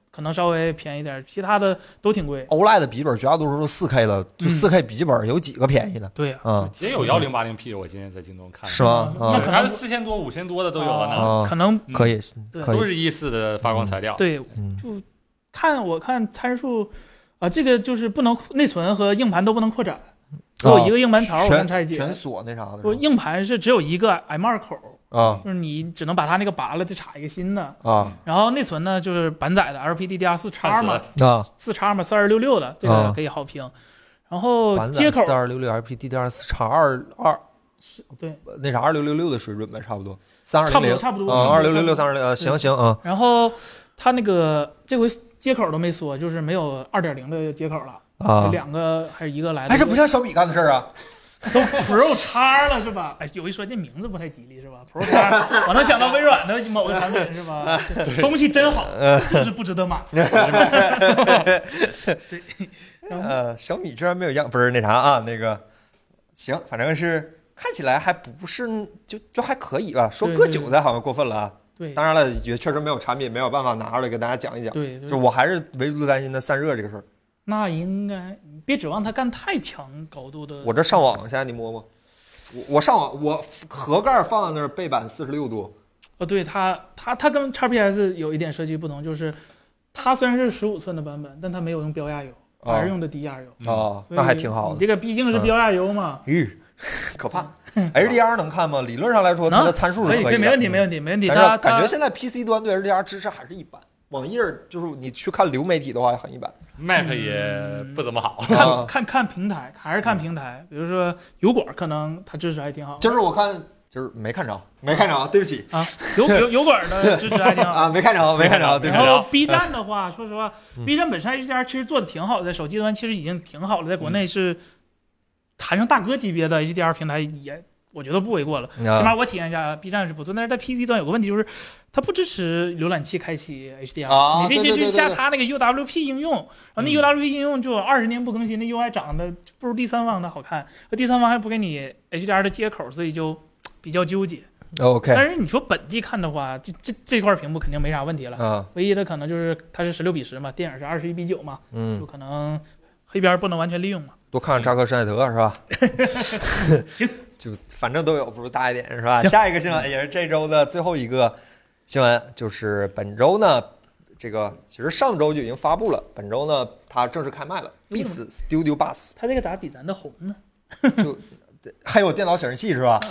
A: 可能稍微便宜点，其他的都挺贵。
B: O L E D 的笔记本绝大多数都四 K 的，就四 K 笔记本有几个便宜的？
A: 对呀，
B: 嗯，
C: 也有幺零八零 P， 我今天在京东看的
B: 是吗？
A: 那可能
C: 还是四千多、五千多的都有了呢。
B: 啊，
A: 可能
B: 可以，
A: 对
B: 可以，
C: 都是一四的发光材料。
A: 对，
B: 嗯，
A: 就看我看参数啊，这个就是不能内存和硬盘都不能扩展。我有一个硬盘槽，我跟拆解，
B: 全锁那啥的。
A: 我硬盘是只有一个 M 二口
B: 啊，
A: 就是你只能把它那个拔了，再插一个新的
B: 啊。
A: 然后内存呢，就是板载的 L P D D R 四叉嘛，
B: 啊，
A: 四叉嘛，四二六六的这个可以好评。然后接口
B: 四二六六 L P D D R 四叉二二，
A: 对，
B: 那啥二六六六的水准呗，差不多三二
A: 零零，差不多，
B: 啊，二六六六三二零，行行啊。
A: 然后它那个这回接口都没缩，就是没有二点零的接口了
B: 啊，
A: 两个还是一个来的。
B: 哎，这不像小米干的事儿啊。
A: 都 Pro 叉了是吧？哎，有一说这名字不太吉利是吧 ？Pro 叉，我能想到微软的某个产品是吧？东西真好，就是不值得买。对，
B: 呃，小米居然没有样，不是那啥啊？那个行，反正是看起来还不是，就就还可以吧。说割韭菜好像过分了啊。
A: 对，
B: 当然了，也确实没有产品，没有办法拿出来跟大家讲一讲。
A: 对，
B: 就我还是唯独担心它散热这个事儿。
A: 那应该别指望它干太强高度的。
B: 我这上网，现在你摸摸，我我上网，我盒盖放在那儿，背板四十六度。
A: 哦，对，它它它跟 X P S 有一点设计不同，就是它虽然是十五寸的版本，但它没有用标压油，还是用的低压油。
B: 哦，那还挺好的。
A: 你这个毕竟是标压油嘛。
B: 嗯，可怕。H D R 能看吗？理论上来说，它的参数是可以的。
A: 可以，没问题，没问题，没问题。
B: 但是感觉现在 P C 端对 H D R 支持还是一般。网页就是你去看流媒体的话很一般
C: ，Mac 也不怎么好。
A: 看看看平台，还是看平台。比如说油管，可能它支持还挺好。
B: 就是我看，就是没看着，没看着，对不起
A: 啊。油油油管的支持还挺好
B: 啊，没看着，没看着，对不起。
A: 然后 B 站的话，说实话，B 站本身 H D R 其实做的挺好的，在手机端其实已经挺好了，在国内是谈上大哥级别的 H D R 平台也。我觉得不为过了，起码我体验一下 B 站是不错。但是在 P C 端有个问题，就是它不支持浏览器开启 H D R，、
B: 啊、
A: 你必须去下它那个 U W P 应用。然后那 U W P 应用就二十年不更新，那 U I 长得不如第三方的好看，和第三方还不给你 H D R 的接口，所以就比较纠结。
B: OK，
A: 但是你说本地看的话，这这这块屏幕肯定没啥问题了。
B: 啊、
A: 唯一的可能就是它是十六比十嘛，电影是二十一比九嘛，
B: 嗯，
A: 就可能黑边不能完全利用嘛。
B: 多看看扎克施耐德是吧？
A: 行。
B: 就反正都有，不如大一点是吧？下一个新闻也是这周的最后一个新闻，就是本周呢，这个其实上周就已经发布了，本周呢它正式开卖了 ，Beats Studio Buds。
A: 它这个咋比咱的红呢？
B: 就还有电脑显示器是吧？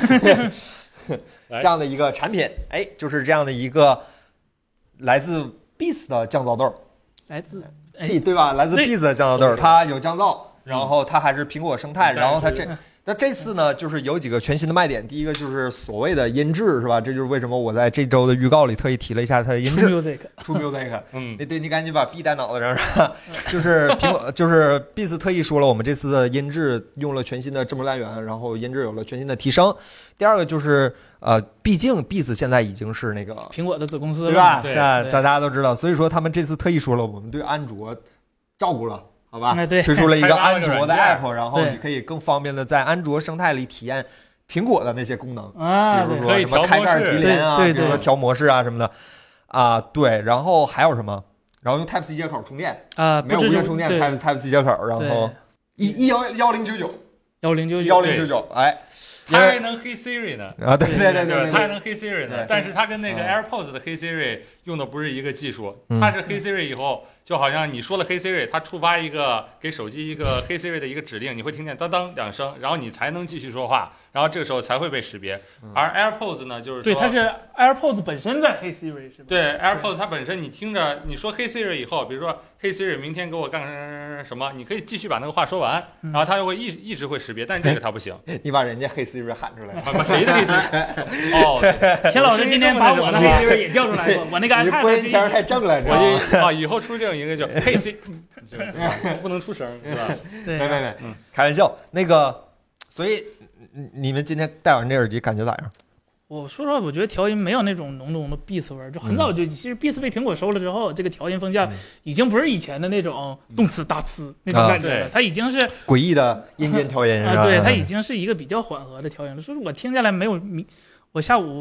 B: 这样的一个产品，哎，就是这样的一个来自 Beats 的降噪豆，
A: 来自
B: 哎对吧？来自 Beats 的降噪豆，它有降噪，然后它还是苹果生态，然后它这。那这次呢，就是有几个全新的卖点。第一个就是所谓的音质，是吧？这就是为什么我在这周的预告里特意提了一下它的音质。
A: True Music，True
B: Music，
C: 嗯，
B: 对对，你赶紧把 B 带脑子上，是吧？就是苹果，就是 Beats 特意说了，我们这次的音质用了全新的字幕来源，然后音质有了全新的提升。第二个就是呃，毕竟 Beats 现在已经是那个
A: 苹果的子公司了，
B: 对吧？
C: 对，
B: 大家都知道，所以说他们这次特意说了，我们对安卓照顾了。好吧，
A: 哎、对，
B: 推出了一个安卓的 app， 然后你可以更方便的在安卓生态里体验苹果的那些功能
A: 啊，
B: 比如说什么开盖级联啊，
A: 比
B: 如说调模式啊什么的啊，对，然后还有什么？然后用 Type C 接口充电
A: 啊，
B: 没有无线充电 Type Type C 接口，然后一一幺幺零九九
A: 幺零九九
B: 幺零九九，哎。
C: 它还能黑 Siri 呢
B: 啊，对对对对，
C: 它还能黑 Siri 呢，但是它跟那个 AirPods 的黑 Siri 用的不是一个技术，它是黑 Siri 以后，就好像你说了黑 Siri， 它触发一个给手机一个黑 Siri 的一个指令，你会听见当当两声，然后你才能继续说话，然后这个时候才会被识别。而 AirPods 呢，就是说
A: 对，它是 AirPods 本身在黑 Siri 是吧？
C: 对 ，AirPods 它本身你听着你说黑 Siri 以后，比如说黑 Siri 明天给我干什么，你可以继续把那个话说完，然后它就会一一直会识别，但是这个它不行。
B: 你把人家黑 Siri 喊出来。
C: 把谁的黑 Siri？ 哦，
A: 田老师今天把我的黑 Siri 也叫出来过，我那个 iPad
B: 你播音腔太正了，
C: 我就啊，以后出这种一个就黑 Siri，不能出声，是吧？
A: 对，
B: 没没没，开玩笑。那个，所以你们今天戴完这耳机感觉咋样？
A: 我说实话，我觉得调音没有那种浓浓的 Beats 味儿，就很早就，其实 Beats 被苹果收了之后，这个调音风向已经不是以前的那种动次大次那种感觉了，它已经是
B: 诡异的阴间调音
A: 啊，对，它已经是一个比较缓和的调音了。所以我听下来没有，我下午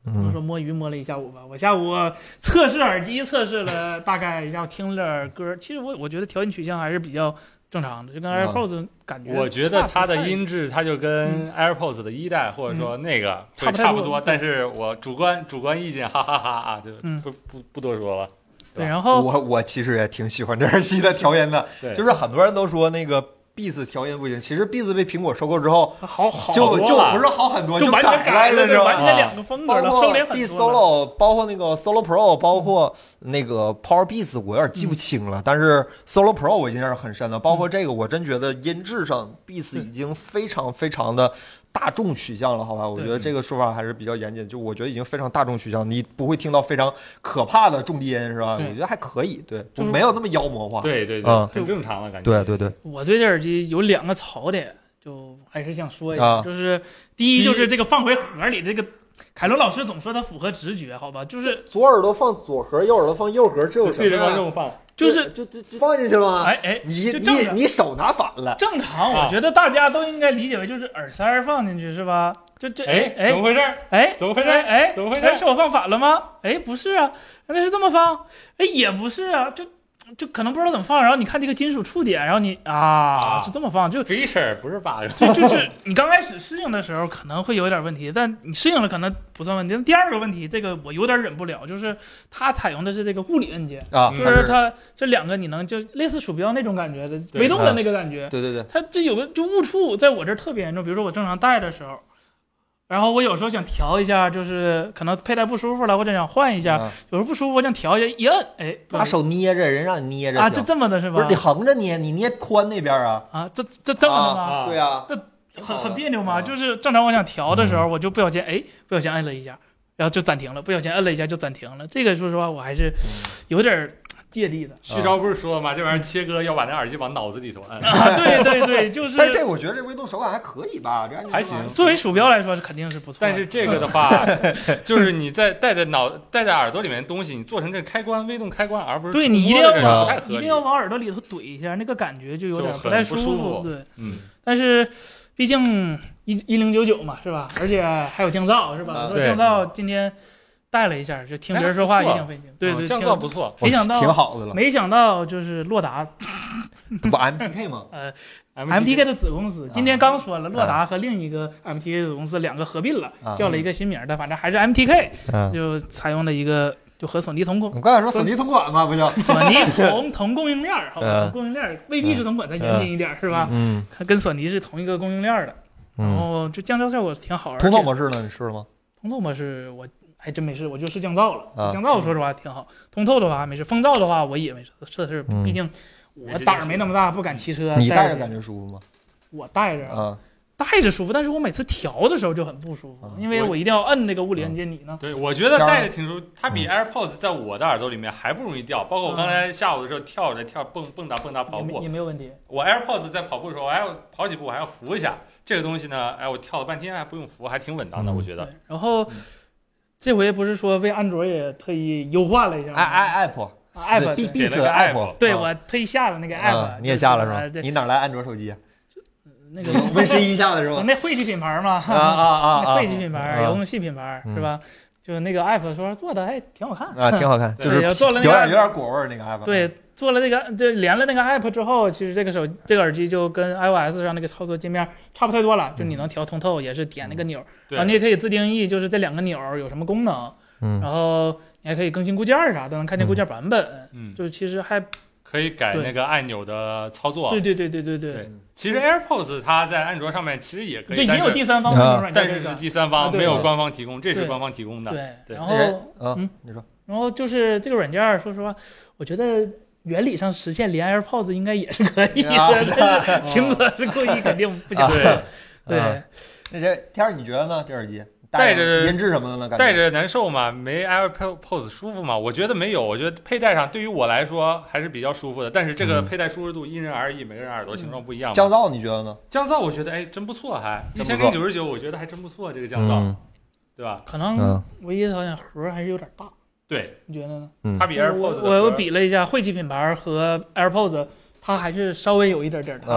B: 嗯，
A: 说摸鱼摸了一下午吧，我下午测试耳机测试了大概，然后听了点歌。其实我我觉得调音取向还是比较正常的，就跟 AirPods 感觉。
C: 我觉得它的音质，它就跟 AirPods 的一代、嗯、或者说那个
A: 差
C: 不差不多，但是我主观主观意见，哈哈哈啊，就不、
A: 嗯、
C: 不不多说了。
A: 对，然后
B: 我我其实也挺喜欢这耳机的调音的，就是很多人都说那个。Beats 调音不行，其实 Beats 被苹果收购之后，
A: 好好
B: 就就不是好很多，
A: 就完全
B: 改
A: 了，
B: 是吧？
A: 完全两个风格了，收敛很多。
B: Beats Solo， 包括那个 Solo Pro， 包括那个 Power Beats， 我有点记不清了。嗯、但是 Solo Pro 我印象是很深的，包括这个，我真觉得音质上 Beats 已经非常非常的大众取向了，好吧？我觉得这个说法还是比较严谨，就我觉得已经非常大众取向，你不会听到非常可怕的重低音，是吧？我觉得还可以，对，就没有那么妖魔化。
C: 对对对，嗯，很正常的感觉。
B: 对对对，
A: 我对这耳机有两个槽点，就还是想说一下，
B: 啊、
A: 就是第一就是这个放回盒里，这个凯伦老师总说它符合直觉，好吧？就是
B: 左耳朵放左盒，右耳朵放右盒，这有什么？
C: 对着观众放。
A: 就是
B: 就就就放进去了吗？
A: 哎哎，
B: 你你你手拿反了。
A: 正常，我觉得大家都应该理解为就是耳塞放进去是吧？就这
C: 哎
A: 哎，
C: 怎么回事？
A: 哎，
C: 怎么回事？
A: 哎，
C: 怎么回事？
A: 是我放反了吗？哎，不是啊，那是这么放？哎，也不是啊，就就可能不知道怎么放。然后你看这个金属触点，然后你啊是这么放，就
C: feature 不是 bug，
A: 就就是你刚开始适应的时候可能会有点问题，但你适应了可能不算问题。第二个问题，这个我有点忍不了，就是它采用的是这个物理按键
B: 啊，
A: 就是它这两个你能就类似鼠标那种感觉的微动的那个感觉。
B: 对对对，
A: 它这有个就误触，在我这儿特别严重。比如说我正常戴的时候。然后我有时候想调一下，就是可能佩戴不舒服了，或者想换一下，嗯、有时候不舒服，我想调一下，一摁，哎，
B: 拿手捏着，人让你捏着
A: 啊，这这么的是吧？
B: 不是你横着捏，你捏宽那边啊？
A: 啊，这这这么的吗？
B: 啊对啊，
A: 这很很别扭嘛。就是正常我想调的时候，我就不小心，哎，不小心摁了一下，然后就暂停了，不小心摁了一下就暂停了。这个说实话，我还是有点芥蒂的。
C: 旭钊不是说了吗？这玩意儿切割要把那耳机往脑子里头摁。
A: 啊，对对对，就是。
B: 但是这我觉得这微动手感还可以吧，这
C: 还行。
A: 作为鼠标来说是肯定是不错。
C: 但是这个的话，就是你在戴在脑戴在耳朵里面的东西，你做成这个开关，微动开关，而不是
A: 对你一定要
C: 不太合理，
A: 一定要往耳朵里头怼一下，那个感觉就有点
C: 不
A: 太
C: 舒服。
A: 对，
C: 嗯。
A: 但是毕竟一一零九九嘛，是吧？而且还有降噪，是吧？
C: 对。
A: 降噪今天。带了一下，就听别人说话也挺费劲。对对，
C: 降噪不错，
A: 没想到
B: 挺好的了。
A: 没想到就是洛达，
B: 不 M T K 吗？
A: 呃 ，M T K 的子公司，今天刚说了，洛达和另一个 M T K 子公司两个合并了，叫了一个新名的，反正还是 M T K，就采用了一个就和索尼同供。
B: 我刚才说索尼同管嘛，不叫
A: 索尼同同供应链，好吧？同供应链未必是同管，它严谨一点是吧？
B: 嗯，
A: 它跟索尼是同一个供应链的，然后就降噪效果挺好。
B: 通透模式呢？你试了吗？
A: 通透模式我。还真没事，我就试降噪了。啊、降噪说实话挺好，通透的话还没事，风噪的话我也没事。测试，毕竟我胆儿没那么大，不敢骑车。
B: 你戴着感觉舒服吗？
A: 我戴着，
B: 啊，
A: 戴着舒服，但是我每次调的时候就很不舒服，啊、因为我一定要摁那个物理按键。你呢？
C: 对，我觉得戴着挺舒服。它比 AirPods 在我的耳朵里面还不容易掉，包括我刚才下午的时候跳着跳蹦蹦跶蹦跶跑步
A: 也没有问题。
C: 我 AirPods 在跑步的时候，我还要跑几步，我还要扶一下。这个东西呢，哎，我跳了半天还不用扶，还挺稳当的，
B: 嗯、
C: 我觉得。
A: 然后。这回不是说为安卓也特意优化了一下吗？
B: 哎哎
A: ，app，app，
B: B B 的 app，
A: 对我特意下了那个 app，
B: 你也下了是吧？你哪来安卓手机？
A: 那个
B: Win 十一下的是吧？
A: 那晦气品牌嘛，
B: 啊啊啊！
A: 晦气品牌，遥控器品牌是吧？就那个 app 说做的还挺好看
B: 啊，挺好看，就是
A: 做了
B: 有点有点果味那个 app。
A: 对。做了这个，就连了那个 app 之后，其实这个手这个耳机就跟 iOS 上那个操作界面差不太多了。就你能调通透，也是点那个钮，然后你也可以自定义，就是这两个钮有什么功能。
B: 嗯，
A: 然后你还可以更新固件啥的，能看见固件版本。
C: 嗯，
A: 就其实还
C: 可以改那个按钮的操作。
A: 对对对对对
C: 对。对其实 AirPods 它在安卓上面其实也可以，
A: 对，也有第三方的软件，
C: 但是是第三方，没有官方提供，这是官方提供的。
A: 对，然后
B: 嗯，你说，
A: 然后就是这个软件，说实话，我觉得。原理上实现连 AirPods 应该也是可以的，但是苹果是故意肯定不想做。对，
B: 那这天儿你觉得呢？这耳机
C: 戴着
B: 音质什么的呢？
C: 戴着难受吗？没 AirPods 舒服吗？我觉得没有，我觉得佩戴上对于我来说还是比较舒服的。但是这个佩戴舒适度因人而异，每个人耳朵形状不一样。
B: 降噪你觉得呢？
C: 降噪我觉得哎真不错，还一千零九十九，我觉得还真不错，这个降噪，对吧？
A: 可能唯一好像盒还是有点大。
C: 对，
A: 你觉得呢？
B: 嗯，
C: 它比 AirPods
A: 我我比了一下晦气品牌和 AirPods，它还是稍微有一点点大。
B: 呃，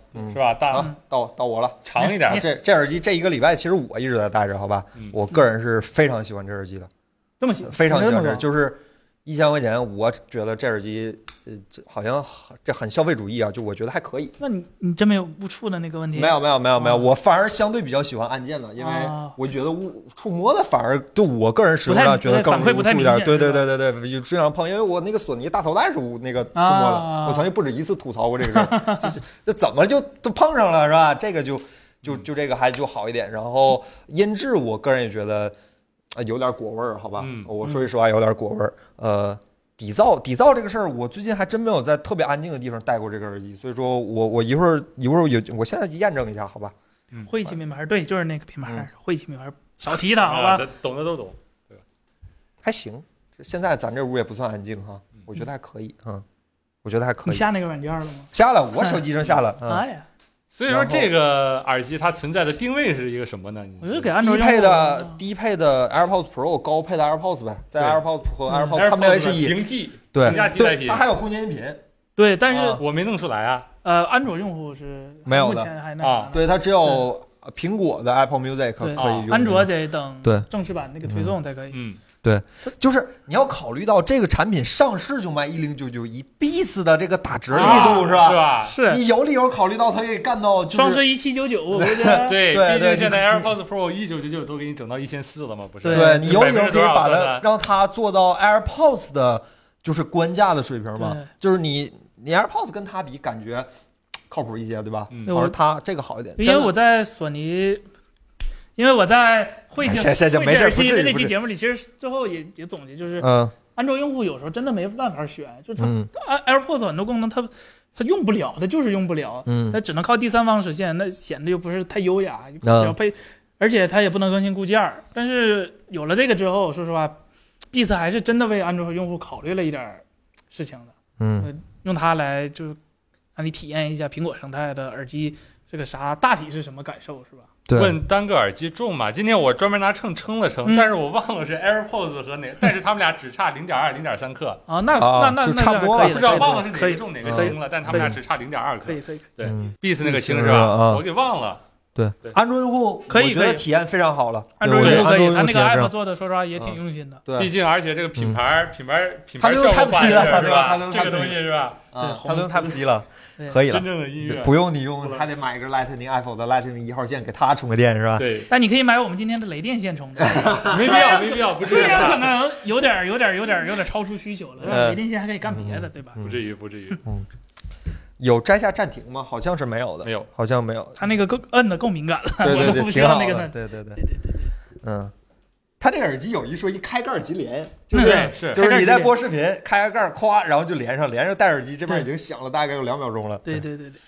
B: 嗯
C: 是吧？大
B: 啊，到到我了。
C: 长一点
A: 你，
B: 这这耳机这一个礼拜，其实我一直在戴着，好吧？
C: 嗯
B: 我个人是非常喜欢这耳机的，
A: 这么喜
B: 非常喜欢这，
A: 这么高
B: 就是一千块钱，我觉得这耳机，呃，这好像这很消费主义啊，就我觉得还可以。
A: 那你你真没有误触的那个问题？
B: 没有没有没有没有，
A: 啊
B: 我反而相对比较喜欢按键的，因为
A: 啊
B: 我觉得误触摸的反而对我个人使用
A: 不太
B: 上觉得更
A: 反馈不太
B: 无触一点。对
A: 明显是吧
B: 对对对对，就经常碰，因为我那个索尼大头带是无那个触摸的，
A: 啊
B: 我曾经不止一次吐槽过这个事儿，就是这怎么就都碰上了是吧？这个就就就这个还就好一点，然后音质我个人也觉得呃有点果味儿，好吧？
C: 嗯
B: 我说句实话有点果味儿，呃。底噪，底噪这个事儿，我最近还真没有在特别安静的地方戴过这个耳机，所以说我我一会儿一会儿有，我现在就验证一下，好吧？
A: 晦气品牌，对，就是那个品牌
B: 嗯，
A: 晦气品牌，少提它，好吧？
C: 啊这懂的都懂。
B: 还行，现在咱这屋也不算安静哈，我觉得还可以，嗯，我觉得还可以。
A: 你下那个软件了吗？
B: 下了，我手机上下了，嗯，
A: 哎呀，
C: 所以说这个耳机它存在的定位是一个什么呢？你
A: 我觉得给安卓
B: 低配
A: 用户
B: 的低配的 AirPods Pro，高配的 AirPods 呗，在
C: 对
B: AirPods 和
A: 嗯
B: AirPods 它没有 H 一，
C: 平替，
B: 对
C: 平价替代
B: 对，
C: 品
B: 它还有空间音频，
A: 对，但是
B: 啊
C: 我没弄出来啊。
A: 呃，安卓用户是
B: 没有的
A: 目前还那
C: 啊
A: 啥呢
B: 对，它只有苹果的 Apple Music 可以
A: 对
B: 用，
A: 安卓得等
B: 对
A: 正式版那个推送才可以。
C: 嗯，
B: 就是你要考虑到这个产品上市就卖一零九九一，Beats 的这个打折力度是吧？
C: 是吧？
A: 是
B: 你有理由考虑到它可以干到就是
A: 双十一七九九，我觉得
C: 对，
B: 对对
C: 毕竟现在
B: 你
C: AirPods Pro 一九九九都给你整到一千四了嘛，不是？
A: 对
B: 对你有理由可以把
C: 百分之多少算的
B: 它让它做到 AirPods 的，就是官价的水平嘛
A: 对。
B: 就是你你 AirPods 跟它比，感觉靠谱一些，对吧？
C: 嗯
A: 对
B: 而它这个好一点，
A: 因为
B: 真的
A: 我在索尼，因为我在晦气
B: 行行行
A: 晦气
B: 没事
A: 耳机的那
B: 不至于不至于
A: 期节目里，其实最后也也总结，就是
B: 嗯
A: 安卓用户有时候真的没办法选，就是它
B: 嗯
A: AirPods 很多功能它它用不了，它就是用不了，
B: 嗯
A: 它只能靠第三方实现，那显得又不是太优雅，
B: 嗯
A: 要配，而且它也不能更新固件儿。但是有了这个之后，说实话，Beats 还是真的为安卓用户考虑了一点事情的，
B: 嗯
A: 用它来就让你体验一下苹果生态的耳机这个啥大体是什么感受，是吧？
B: 对
C: 问单个耳机重嘛？今天我专门拿秤称了称，
A: 嗯
C: 但是我忘了是 AirPods 和哪，但是他们俩只差零点二、零点三克，
A: 啊，那
B: 啊就
A: 那那那
B: 差不多了
A: 可以的
C: 不知道忘了是哪
A: 可以
C: 个重哪个
B: 可以
C: 轻了，但他们俩只差零点二克
A: 可。以可以，
C: 对
B: 嗯
C: ，Beats 那个轻
B: 是
C: 是吧？
B: 啊
C: 我给忘了。
B: 对
C: 对，
B: 安卓用户
A: 可以
B: 我觉得
A: 可以
B: 体验非常好了，
A: 安卓
B: 对我觉得安卓
A: 用户可以，它那个
B: 用户体验非
A: app
B: 常
A: 做的说实话也挺用心的。
B: 对
C: 毕竟而且这个品牌品牌品牌
B: 它都用
C: 效果
B: Type C 了
C: 化是吧？
B: 它都用
C: 这个
B: Type C
C: 东西是吧？
B: 啊，
A: 对
B: 它都用 Type C 了，
A: 对
B: 可以了
C: 真，正的音乐。
B: 不用你用，还得买一个 Lightning Apple 的 Lightning 一号线给它充个电是吧？
C: 对，
A: 但你可以买我们今天的雷电线充的，
C: 没必要，没必要，不至于
A: 虽然可
C: 吧，
A: 能有点有点有点有点超出需求了，但
B: 呃
A: 是雷电线还可以干别的，对吧？
B: 嗯
C: 不至于，不至于。
B: 有摘下暂停吗？好像是没有的，
C: 没有，
B: 好像没有。
A: 它那个够摁的够敏感了，
B: 对对
A: 我都
B: 对，
A: 不需要那个
B: 挺好的。
A: 呢。
B: 对对对，
A: 对对对对，
B: 嗯，它这个耳机有一说一，开盖儿即连，
A: 嗯
C: 对是
B: 就是你在
A: 开盖儿即连
B: 播视频，开个盖儿，咵，然后就连上，连上戴耳机，这边已经响了大概有两秒钟了。
A: 对对对对，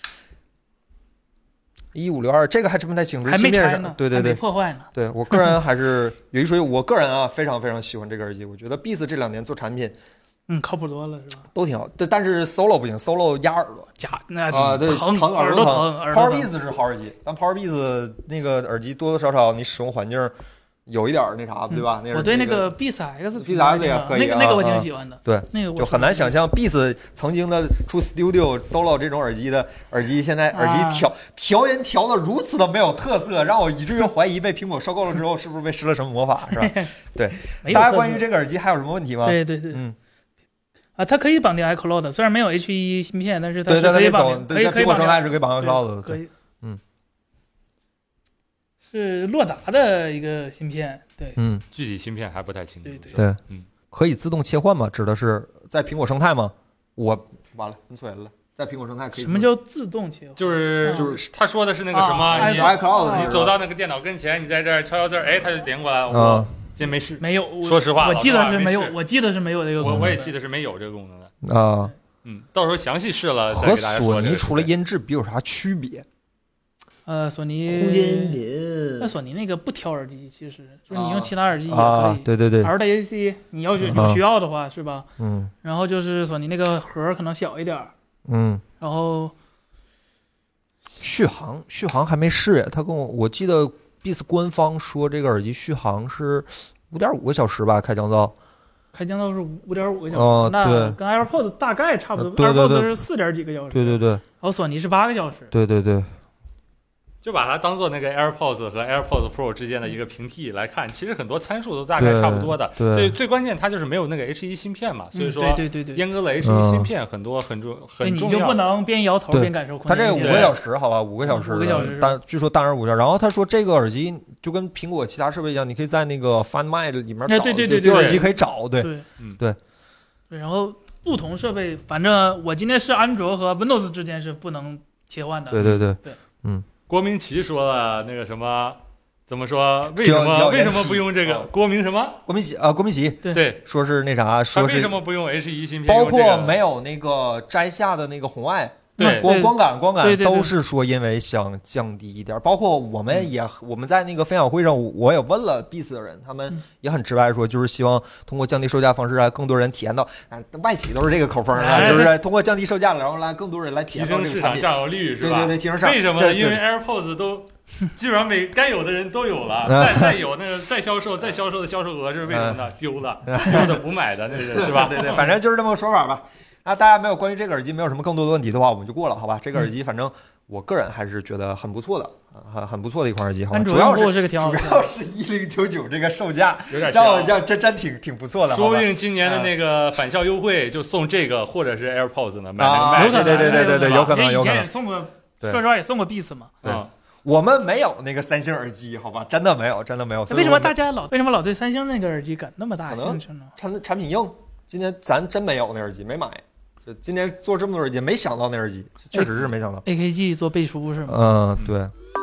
B: 一五六二这个还真不太清楚，
A: 还没
B: 芯片上
A: 拆呢，还没
B: 对对对
A: 破坏呢。
B: 对，我个人还是有一说一，我个人啊非常非常喜欢这个耳机，我觉得 Beats 这两年做产品
A: 嗯，靠谱多了是吧？
B: 都挺好，但但是 Solo 不行，Solo 压耳朵。
A: 假那
B: 啊，对，
A: 疼
B: 疼
A: 耳
B: 朵
A: 疼，耳朵
B: Power
A: 疼。
B: Beats 是好耳机，但 Power Beats 那个耳机多多少少你使用环境有一点儿那啥，对吧？那是
A: 我对那
B: 个
A: 个 Beats X
B: Beats X 也可以啊
A: 那个那个我挺
B: 啊
A: 喜欢的。
B: 对，
A: 那个我
B: 就很难想象 Beats 曾经的出 Studio Solo 这种耳机的耳机，现在耳
A: 啊
B: 机调调音调的如此的没有特色，让我以至于怀疑被苹果收购了之后是不是被施了什么魔法，是吧？
A: 没有
B: 大家
A: 特色
B: 关于这个耳机还有什么问题吗？
A: 对对对
B: 嗯，
A: 啊，它可以绑定 iCloud，虽然没有 H 一芯片，但是它
B: 对对对，
A: 是可以绑
B: 走，
A: 定，可
B: 对，在苹果
A: 以可以绑定
B: 生态是可以绑 iCloud 的，对，
A: 可以。
B: 嗯，
A: 是洛达的一个芯片，对
B: 嗯，
C: 具体芯片还不太清楚。
A: 对对
B: 对，
C: 嗯，
B: 可以自动切换吗？指的是在苹果生态吗？我完了，问错人了，在苹果生态可以。
A: 什么叫自动切换？
C: 就是就是他说的是那个什么，
A: 啊
C: 你
B: iCloud
C: 你走到那个电脑跟前，你在这儿敲敲字儿，哎，它就连过来。我
B: 啊
C: 今天没试，
A: 没有，我
C: 说实话
A: 我记得是没有
C: 老实话没，试
A: 我记得是没有这个功能的。
C: 我我也记得是没有这个功能的。
B: 啊？
C: 嗯，到时候详细试了再
B: 和
C: 给大家说这个
B: 索尼除了
C: 事情
B: 音质比有啥区别？
A: 呃，索尼
B: 空间音频
A: 那索尼那个不挑耳机，其实就是你用其他耳机也
B: 啊
A: 可以。，
B: 对对对，
A: L D A C 你要是
B: 啊
A: 有需要的话，是吧？
B: 嗯
A: 然后就是索尼那个盒儿可能小一点儿，
B: 嗯。
A: 然后
B: 续航，续航还没试耶。他跟我，我记得 Beats 官方说这个耳机续航是五点五个小时吧，开降噪。
A: 开降噪是五点五个小时，
B: 哦
A: 那
B: 对
A: 跟 AirPods 大概差不多。
B: 对对对
A: AirPods 是四点几个小时，
B: 对对对
A: 然后索尼是八个小时。
B: 对对对，
C: 就把它当做那个 AirPods 和 AirPods Pro 之间的一个平替来看，其实很多参数都大概差不多的。
B: 对，
C: 最最关键它就是没有那个 H 一 芯片嘛，所以说
A: 嗯、对对对对，
C: 阉割了 H 一芯片很多很重很重要。
A: 你就不能边摇头边感受空
B: 它
A: 间。
B: 这个五个小时，好吧，五个小时，
A: 五个小时，
B: 但据说当然五个小时。然后他说这个耳机就跟苹果其他设备一样，你可以在那个 Find My 里面找，
A: 对对对对
B: 对，耳机可以找，对，
A: 对，
C: 嗯，
B: 对。
A: 然后不同设备，反正我今天是安卓和 Windows 之间是不能切换的。
B: 对对对
A: 对，
B: 嗯。
C: 郭明奇说了那个什么，怎么说？为什么为什么不用这个？郭明什么？
B: 郭明奇啊，郭明奇，
A: 对
C: 对，
B: 说是那啥，说是
C: 为什么不用 H 一芯片？
B: 包括没有那个摘下的那个红外。
C: 对，
B: 光光感光感
A: 对对对
B: 都是说因为想降低一点，包括我们也、嗯、我们在那个分享会上，我也问了 Beats 的人，他们也很直白说，就是希望通过降低售价方式让更多人体验到，啊，外企都是这个口风啊，
A: 哎、
B: 就是通过降低售价，然后让更多人来体验到这个产品，
C: 提升市场占有率是吧？
B: 对对对，提升市场。
C: 为什么呢？因为 AirPods 都基本上每该有的人都有了，再再有那个再销售再销售的销售额是为什么呢？丢了，丢的不买的那个是吧？
B: 对对，反正就是这么个说法吧。那大家没有关于这个耳机没有什么更多的问题的话，我们就过了，好吧？这个耳机反正我个人还是觉得很不错的，很很不错的一款耳机，好吧？主要是
A: 这个挺好
B: 主要是一零九九这个售价，
C: 有点
B: 让我让真真挺挺不错的，
C: 说不定今年的那个返校优惠就送这个或者是 AirPods 呢，买那个
B: 啊，
C: 卖
B: 对对对对对对，有可能有可能。
A: 以前也送过，说实话也送过 Beats 嘛。
B: 对，我们没有那个三星耳机，好吧？真的没有，真的没有。
A: 为什么大家老为什么老对三星那个耳机感那么大兴趣呢？
B: 产产品硬，今年咱真没有那耳机，没买。就今年做这么多耳机，没想到那耳机，确实是没想到。
A: A K G 做背书是吗？
B: 嗯，对。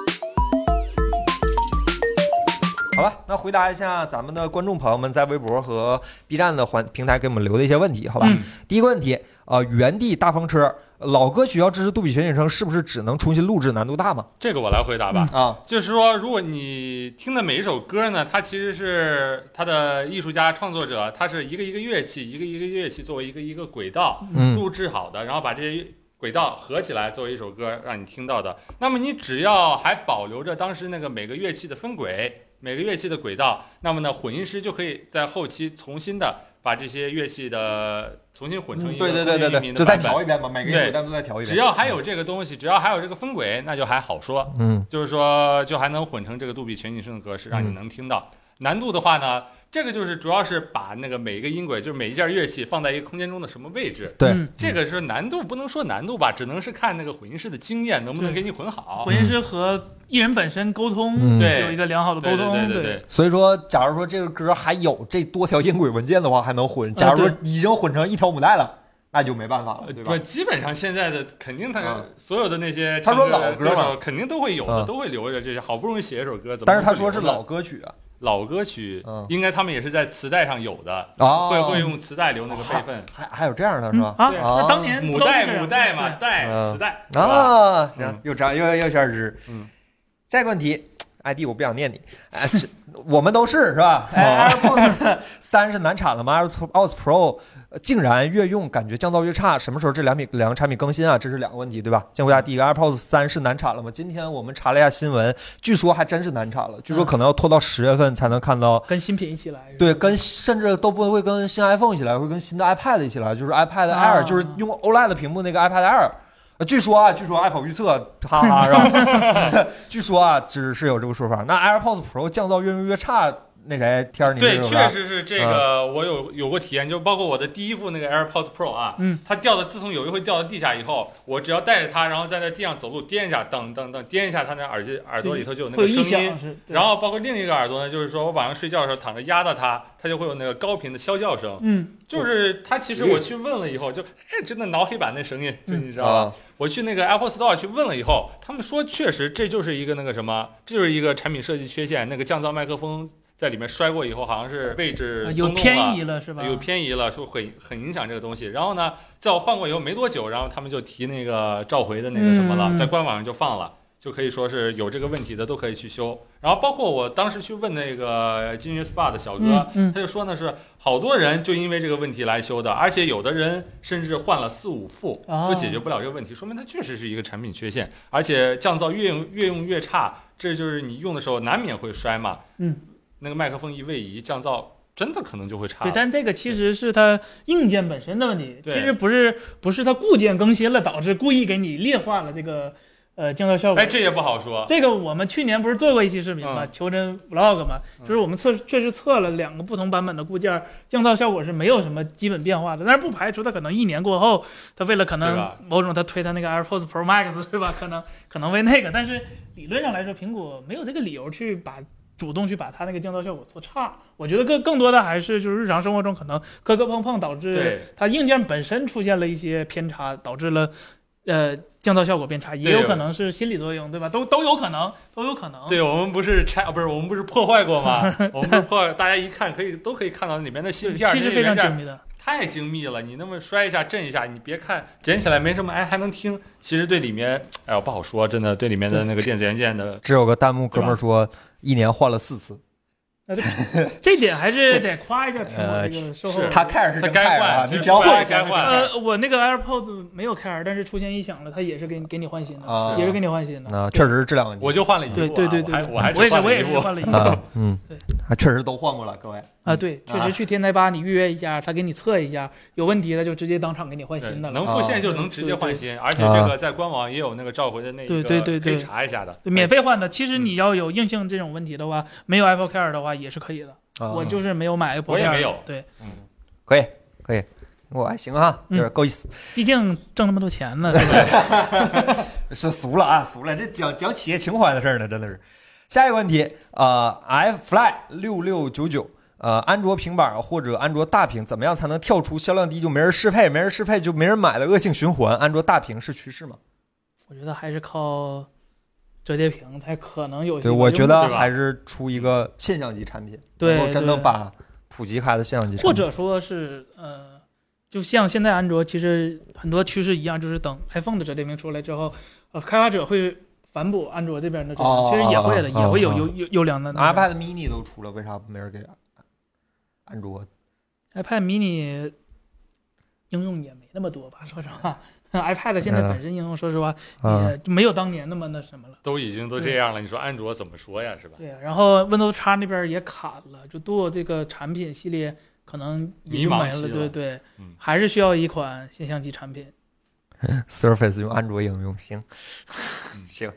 B: 好了，那回答一下咱们的观众朋友们在微博和 B 站的环平台给我们留的一些问题，好吧？
A: 嗯、
B: 第一个问题，呃，原地大风车。老歌曲要支持杜比全景声，是不是只能重新录制，难度大吗？
C: 这个我来回答吧。
B: 啊、嗯，
C: 就是说，如果你听的每一首歌呢，它其实是它的艺术家创作者，他是一个一个乐器，一个一个乐器作为一个一个轨道录制好的，嗯、然后把这些轨道合起来作为一首歌让你听到的。那么你只要还保留着当时那个每个乐器的分轨，每个乐器的轨道，那么呢，混音师就可以在后期重新的把这些乐器的重新混成一个
B: 对对对对对，就再调一遍嘛，每个轨道都再调一遍。
C: 只要还有这个东西，只要还有这个分轨，那就还好说。
B: 嗯，
C: 就是说就还能混成这个杜比全景声的格式，让你能听到。嗯、难度的话呢，这个就是主要是把那个每一个音轨，就是每一件乐器放在一个空间中的什么位置。
B: 对，
A: 嗯、
C: 这个是难度，不能说难度吧，只能是看那个混音师的经验能不能给你混好。
A: 混音师和艺人本身沟通，
B: 嗯、
C: 对，
A: 有一个良好的沟通。
C: 对对对对对。
B: 所以说，假如说这个歌还有这多条音轨文件的话，还能混；假如说已经混成一条母带了。那就没办法了，对吧？
C: 不，基本上现在的肯定他、
B: 嗯、
C: 所有的那些
B: 他说老歌嘛，
C: 肯定都会有的，
B: 嗯、
C: 都会留着这些。好不容易写一首歌，怎么？
B: 但是他说是老歌曲啊，
C: 老歌曲，
B: 嗯、
C: 应该他们也是在磁带上有的，
B: 哦、
C: 会会用磁带留那个备份。
B: 还还有这样的是吧？
A: 啊，那当年
C: 母带母带嘛，带磁带
B: 啊，行，又长又又圈知。
C: 嗯，
B: 下一个问题。I D 我不想念你，哎，我们都是是吧？哎 ，AirPods 三是难产了吗 ？AirPods Pro 竟然越用感觉降噪越差，什么时候这两品两个产品更新啊？这是两个问题，对吧？先回答第一个 ，AirPods 三是难产了吗？今天我们查了一下新闻，据说还真是难产了，据说可能要拖到十月份才能看到
A: 跟新品一起来。
B: 对，跟甚至都不会跟新 iPhone 一起来，会跟新的 iPad 一起来，就是 iPad Air，、啊、就是用 O L E D 屏幕那个 iPad Air。据说啊，据说 Apple 预测，哈哈，是吧？据说啊，只是有这个说法。那 AirPods Pro 降噪越用越差，那谁天儿你
C: 对，确实是这个，嗯、我有有过体验，就包括我的第一副那个 AirPods Pro 啊，
A: 嗯，
C: 它掉的，自从有一回掉到地下以后，我只要带着它，然后在那地上走路，颠一下，噔噔噔，颠一下，它那耳机耳朵里头就有那个声音。然后包括另一个耳朵呢，就是说我晚上睡觉的时候躺着压到它，它就会有那个高频的啸叫声。
A: 嗯，
C: 就是它其实我去问了以后，就哎，真的挠黑板那声音，就你知道吧？
B: 啊
C: 我去那个 Apple Store 去问了以后，他们说确实这就是一个那个什么，这就是一个产品设计缺陷。那个降噪麦克风在里面摔过以后，好像是位置松动了，
A: 有偏移了是吧？
C: 有偏移了，说很很影响这个东西。然后呢，在我换过以后没多久，然后他们就提那个召回的那个什么了，
A: 嗯、
C: 在官网上就放了。就可以说是有这个问题的都可以去修，然后包括我当时去问那个金悦 S P A 的小哥，
A: 嗯嗯、
C: 他就说呢是好多人就因为这个问题来修的，而且有的人甚至换了四五副都解决不了这个问题，说明它确实是一个产品缺陷，而且降噪越用越用越差，这就是你用的时候难免会摔嘛。
A: 嗯，
C: 那个麦克风一位移，降噪真的可能就会差
A: 对，
C: 了。
A: 但这个其实是它硬件本身的问题，
C: 对
A: 其实不是不是它固件更新了导致故意给你劣化了这个呃降噪效果。
C: 哎，这也不好说。
A: 这个我们去年不是做过一期视频吗？
C: 嗯
A: 求真 vlog 嘛，
C: 嗯
A: 就是我们测确实测了两个不同版本的固件，降噪效果是没有什么基本变化的。但是不排除它可能一年过后，它为了可能
C: 对吧
A: 某种它推它那个 AirPods Pro Max 是吧？可能可能为那个，但是理论上来说，苹果没有这个理由去把。主动去把它那个降噪效果做差，我觉得更更多的还是就是日常生活中可能磕磕碰碰导致
C: 对
A: 它硬件本身出现了一些偏差，导致了呃降噪效果变差，也有可能是心理作用，对吧？都都有可能，都有可能。
C: 对我们不是拆，不是我们不是破坏过吗？我们不是破坏，大家一看可以都可以看到里面的芯片，
A: 其实非常
C: 那个元件
A: 精密的。
C: 太精密了，你那么摔一下震一下，你别看捡起来没什么，哎还能听，其实对里面，哎呦不好说，真的对里面的那个电子元件的，
B: 只有个弹幕哥们儿说一年换了四次，
A: 啊，对，这点还是得夸一下苹果这个售后。
C: 是
B: 他 care 是真
C: 他该
B: care 啊，
C: 换
B: 你交
C: 该
B: 会钱
C: 换
A: 呃，我那个 AirPods 没有 Care，但是出现异响了，它也是给你给你换新的，
B: 啊
A: 也是给你换新的。
B: 那确实是质量问题。
C: 我就换了一部、啊，
A: 对对对对，
C: 我还我还
A: 我也是我也
C: 只换了一部
A: 是换了一个
B: 啊，嗯
A: 对，
B: 还确实都换过了，各位。
A: 啊，对，确实去天台吧你预约一下，他给你测一下，有问题他就直接当场给你换
C: 对
A: 新的了。
C: 能复现就能直接换新，而且这个在官网也有那个召回的那一个，
A: 对对对对
C: 可以查一下的，
A: 对，免费换的。其实你要有硬性这种问题的话，没有 Apple Care 的话也是可以的。
B: 啊
A: 我就是没有买 Apple Care，
C: 我也没有
A: 对，
C: 嗯，
B: 可以可以，我还行哈，有点够意思。
A: 毕竟挣那么多钱呢，对吧？
B: 是俗了啊，俗了，这讲讲企业情怀的事儿呢，真的是。下一个问题，呃 ，F Fly 六六九九，呃，安卓平板或者安卓大屏，怎么样才能跳出销量低就没人适配，没人适配就没人买的恶性循环？安卓大屏是趋势吗？
A: 我觉得还是靠折叠屏才可能有。
B: 对，我觉得
C: 对吧
B: 还是出一个现象级产品，
A: 对
B: 能够真的
A: 对
B: 把普及开的现象级产品，
A: 或者说是呃，就像现在安卓其实很多趋势一样，就是等 iPhone 的折叠屏出来之后，呃，开发者会反哺安卓这边的折叠屏，
B: 哦
A: 其实也会的，
B: 哦
A: 也会有
B: 哦
A: 优优优良的那个。
B: iPad mini 都出了，为啥没人给安卓？
A: iPad mini 应用也没那么多吧，说实话。iPad 现在本身应用，说实话
B: 啊
A: 也没有当年那么那什么了。
C: 都已经都这样了，你说安卓怎么说呀，是吧？
A: 对，然后 Windows X 那边也砍了，就做这个产品系列可能也就没了。
C: 迷茫期了
A: 对对，
C: 嗯
A: 还是需要一款现象级产品。
B: Surface 用安卓应用，行，行。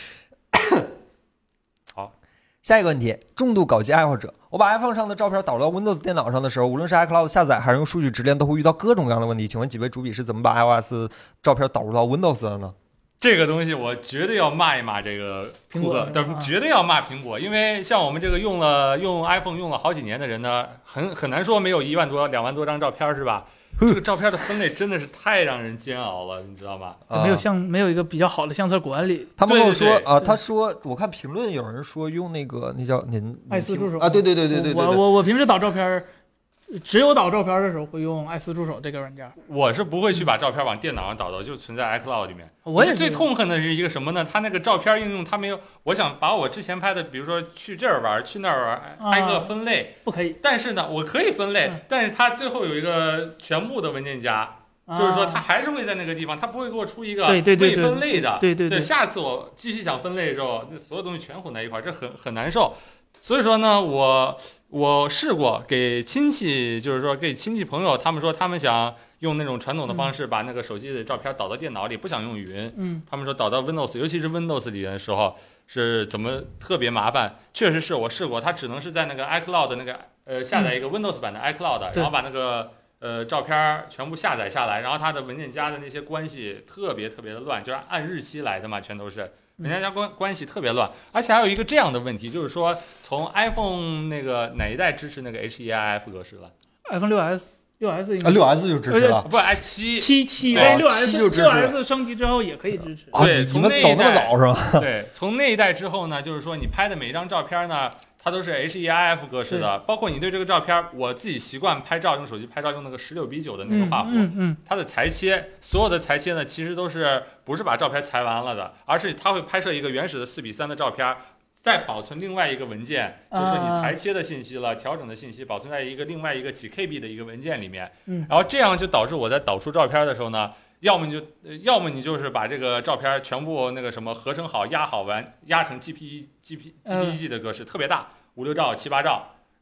C: 好，
B: 下一个问题，重度搞机爱好者，我把 iPhone 上的照片导到 Windows 电脑上的时候，无论是 iCloud 下载还是用数据直连，都会遇到各种各样的问题。请问几位主笔是怎么把 iOS 照片导入到 Windows 的呢？
C: 这个东西我绝对要骂一骂这个
A: 苹果
C: 库克，但
A: 是吧
C: 绝对要骂苹果，因为像我们这个用了用 iPhone 用了好几年的人呢，很很难说没有一万多两万多张照片是吧？这个照片的分类真的是太让人煎熬了，你知道吗？
B: 啊
A: 没有像没有一个比较好的相册管理。
B: 他们跟我说
C: 对对对
B: 啊，
A: 对
B: 他说我看评论有人说用那个那叫您
A: 爱思助手
B: 啊，对对对对对对
A: 我
B: 对，
A: 我我平时导照片，只有导照片的时候会用爱思助手这个软件。
C: 我是不会去把照片往电脑上导的，就存在 iCloud 里面。
A: 我也是
C: 最痛恨的是一个什么呢？它那个照片应用它没有，我想把我之前拍的，比如说去这儿玩，去那儿玩，挨个分类。
A: 不可以，
C: 但是呢，我可以分类，
A: 嗯
C: 但是它最后有一个全部的文件夹，就是说它
A: 啊
C: 还是会在那个地方，它不会给我出一个
A: 对对对
C: 未
A: 对
C: 分类的。
A: 对对对，
C: 下次我继续想分类的时候，那所有东西全混在一块儿，这很很难受。所以说呢，我我试过给亲戚，就是说给亲戚朋友，他们说他们想用那种传统的方式把那个手机的照片导到电脑里，不想用云。
A: 嗯，
C: 他们说导到 Windows，尤其是 Windows 里面的时候是怎么特别麻烦。确实是我试过，它只能是在那个 iCloud 那个呃下载一个 Windows 版的 iCloud，、
A: 对
C: 然后把那个呃照片全部下载下来，然后它的文件夹的那些关系特别特别的乱，就是按日期来的嘛，全都是。文件夹关关系特别乱，而且还有一个这样的问题，就是说从 iPhone 那个哪一代支持那个 H E I F 格式了？
A: iPhone 六 S 六 S 应该
B: 啊，六 S 就支持了
C: 不是 i 七
A: 七七
C: 对
A: 哎六
B: 七
A: S
B: 就支持
A: 六 S 升级之后也可以支持。
B: 啊，
C: 对
B: 你们
C: 从那一
B: 走那么
C: 代
B: 早是吧？
C: 对，从那一代之后呢，就是说你拍的每一张照片呢，它都是 H E I F 格式的，包括你对这个照片，我自己习惯拍照用手机拍照用那个十六比九的那个画幅，
A: 嗯嗯
C: 它的裁切，所有的裁切呢，其实都是不是把照片裁完了的，而是它会拍摄一个原始的四比三的照片。再保存另外一个文件，就是说你裁切的信息了、调整的信息保存在一个另外一个几 K B 的一个文件里面，
A: 嗯
C: 然后这样就导致我在导出照片的时候呢，要么你就，要么你就是把这个照片全部那个什么合成好、压好完，压成 G P E、G P、G P E G 的格式，特别大，五六兆、七八兆。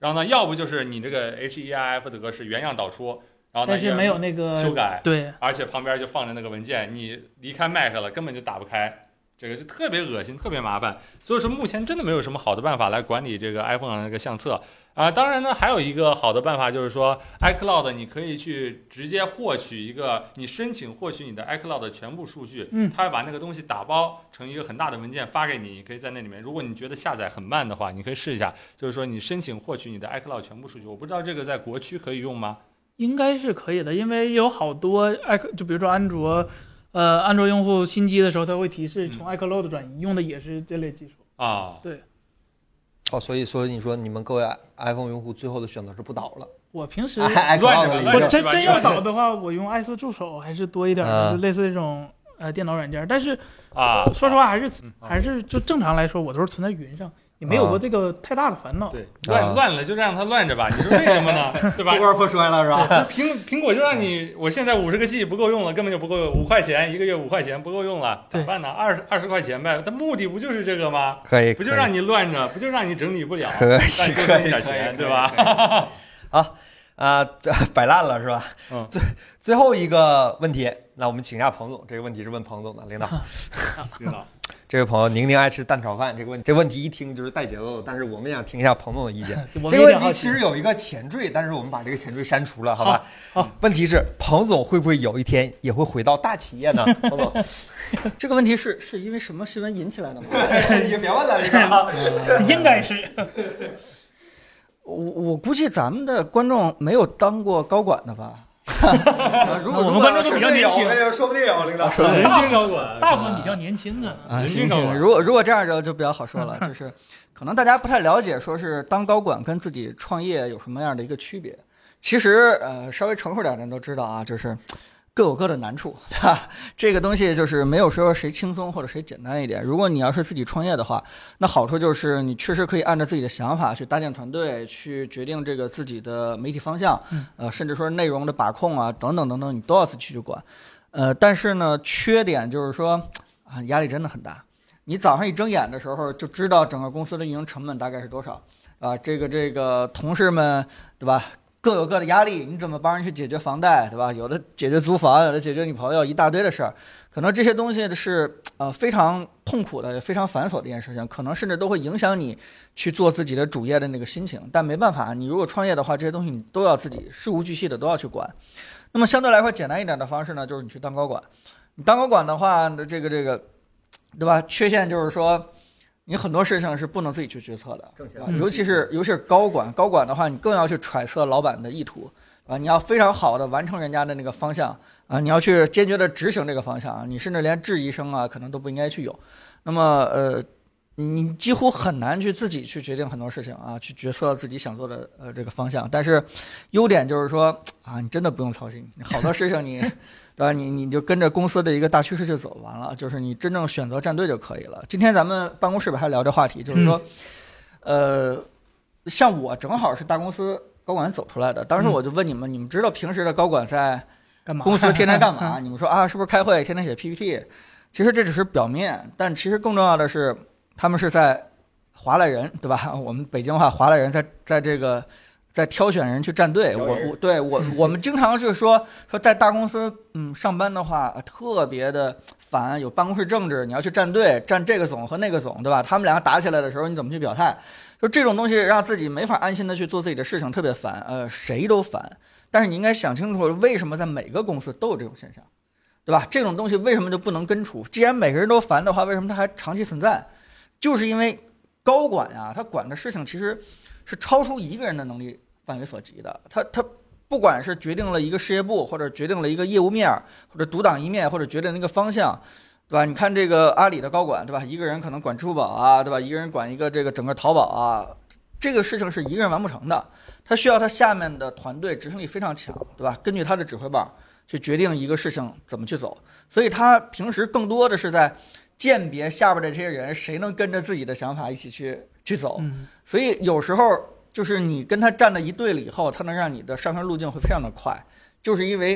C: 然后呢，要不就是你这个 H E I F 的格式原样导出，然后呢
A: 但是没有那个
C: 修改，
A: 对，
C: 而且旁边就放着那个文件，你离开 Mac 了根本就打不开。这个就特别恶心，特别麻烦，所以说目前真的没有什么好的办法来管理这个 iPhone 上的那个相册啊、呃。当然呢，还有一个好的办法就是说 iCloud 你可以去直接获取一个，你申请获取你的 iCloud 的全部数据，
A: 嗯，
C: 它会把那个东西打包成一个很大的文件发给你，你可以在那里面。如果你觉得下载很慢的话，你可以试一下，就是说你申请获取你的 iCloud 全部数据。我不知道这个在国区可以用吗？
A: 应该是可以的，因为有好多 i 就比如说安卓。呃，安卓用户新机的时候，它会提示从 iCloud 转移，用的也是这类技术
C: 啊。
A: 对，
B: 哦，所以说你说你们各位 iPhone 用户最后的选择是不导了。
A: 我平时
B: 乱
A: 着，我真真要导的话，我用 i 四助手还是多一点的，
B: 嗯、
A: 就类似这种呃电脑软件。但是
C: 啊，
A: 说实话还是、
C: 嗯、
A: 还是就正常来说，我都是存在云上。也没有过这个太大的烦恼。
C: 对，乱乱了就让它乱着吧。你说为什么呢？对吧？
B: 破罐破摔了是吧？
C: 苹苹果就让你，我现在五十个 G 不够用了，根本就不够用，五块钱一个月，五块钱不够用了，咋办呢？二十二十块钱呗。它目的不就是这个吗？
B: 可以，
C: 不就让你乱着，不就让你整理不了？
B: 可以，
C: 但多挣一点钱，对吧？
B: 好。啊，这摆烂了是吧？
C: 嗯，
B: 最最后一个问题，那我们请一下彭总。这个问题是问彭总的，领导。
C: 领导，
B: 这位朋友宁宁爱吃蛋炒饭，这个问题，这个问题一听就是带节奏的，但是我们想听一下彭总的意见。这个问题其实有一个前缀，但是我们把这个前缀删除了，好吧？
A: 好，好
B: 问题是彭总会不会有一天也会回到大企业呢？彭总，
E: 这个问题是是因为什么新闻引起来的吗？
B: 也别问了，这个
A: 应该是。
E: 我我估计咱们的观众没有当过高管的吧？
A: 如果我们观众都比较年轻，
B: 说不定有领导。
C: 人均高管，
A: 大部分比较年轻啊。
E: 啊，行行，如果如果这样就就比较好说了，就是可能大家不太了解，说是当高管跟自己创业有什么样的一个区别。其实呃，稍微成熟点的人都知道啊，就是各有各的难处，对吧？这个东西就是没有说谁轻松或者谁简单一点。如果你要是自己创业的话，那好处就是你确实可以按照自己的想法去搭建团队，去决定这个自己的媒体方向，呃，甚至说内容的把控啊，等等等等，你都要自己去管。呃，但是呢，缺点就是说啊，压力真的很大。你早上一睁眼的时候就知道整个公司的运营成本大概是多少啊，这个这个同事们，对吧？各有各的压力，你怎么帮人去解决房贷，对吧？有的解决租房，有的解决女朋友，一大堆的事儿，可能这些东西是呃非常痛苦的，非常繁琐的一件事情，可能甚至都会影响你去做自己的主业的那个心情。但没办法，你如果创业的话，这些东西你都要自己事无巨细的都要去管。那么相对来说简单一点的方式呢，就是你去当高管。你当高管的话，这个这个，对吧？缺陷就是说，你很多事情是不能自己去决策的，
A: 嗯、
E: 尤其是尤其是高管，高管的话，你更要去揣测老板的意图啊，你要非常好的完成人家的那个方向啊，你要去坚决的执行这个方向啊，你甚至连质疑声啊，可能都不应该去有。那么呃，你几乎很难去自己去决定很多事情啊，去决策自己想做的呃这个方向。但是优点就是说啊，你真的不用操心，好多事情你。对吧？你你就跟着公司的一个大趋势就走完了，就是你真正选择站队就可以了。今天咱们办公室里还聊这话题，就是说，嗯、呃，像我正好是大公司高管走出来的，当时我就问你们，嗯、你们知道平时的高管在公司天天干嘛？你们说啊，是不是开会，天天写 P P T？ 其实这只是表面，但其实更重要的是，他们是在划拉人，对吧？我们北京话划拉人，在在这个。在挑选人去站队，我我对我我们经常是说说在大公司嗯上班的话特别的烦，有办公室政治，你要去站队，站这个总和那个总，对吧？他们两个打起来的时候，你怎么去表态？就这种东西让自己没法安心的去做自己的事情，特别烦，呃，谁都烦。但是你应该想清楚，为什么在每个公司都有这种现象，对吧？这种东西为什么就不能根除？既然每个人都烦的话，为什么它还长期存在？就是因为高管呀、啊，他管的事情其实是超出一个人的能力范围所及的，他他不管是决定了一个事业部，或者决定了一个业务面，或者独当一面，或者决定了一个方向，对吧？你看这个阿里的高管，对吧？一个人可能管支付宝啊，对吧？一个人管一个这个整个淘宝啊，这个事情是一个人完不成的，他需要他下面的团队执行力非常强，对吧？根据他的指挥棒去决定一个事情怎么去走，所以他平时更多的是在鉴别下边的这些人谁能跟着自己的想法一起去去走，所以有时候。就是你跟他站在一队了以后，他能让你的上升路径会非常的快，就是因为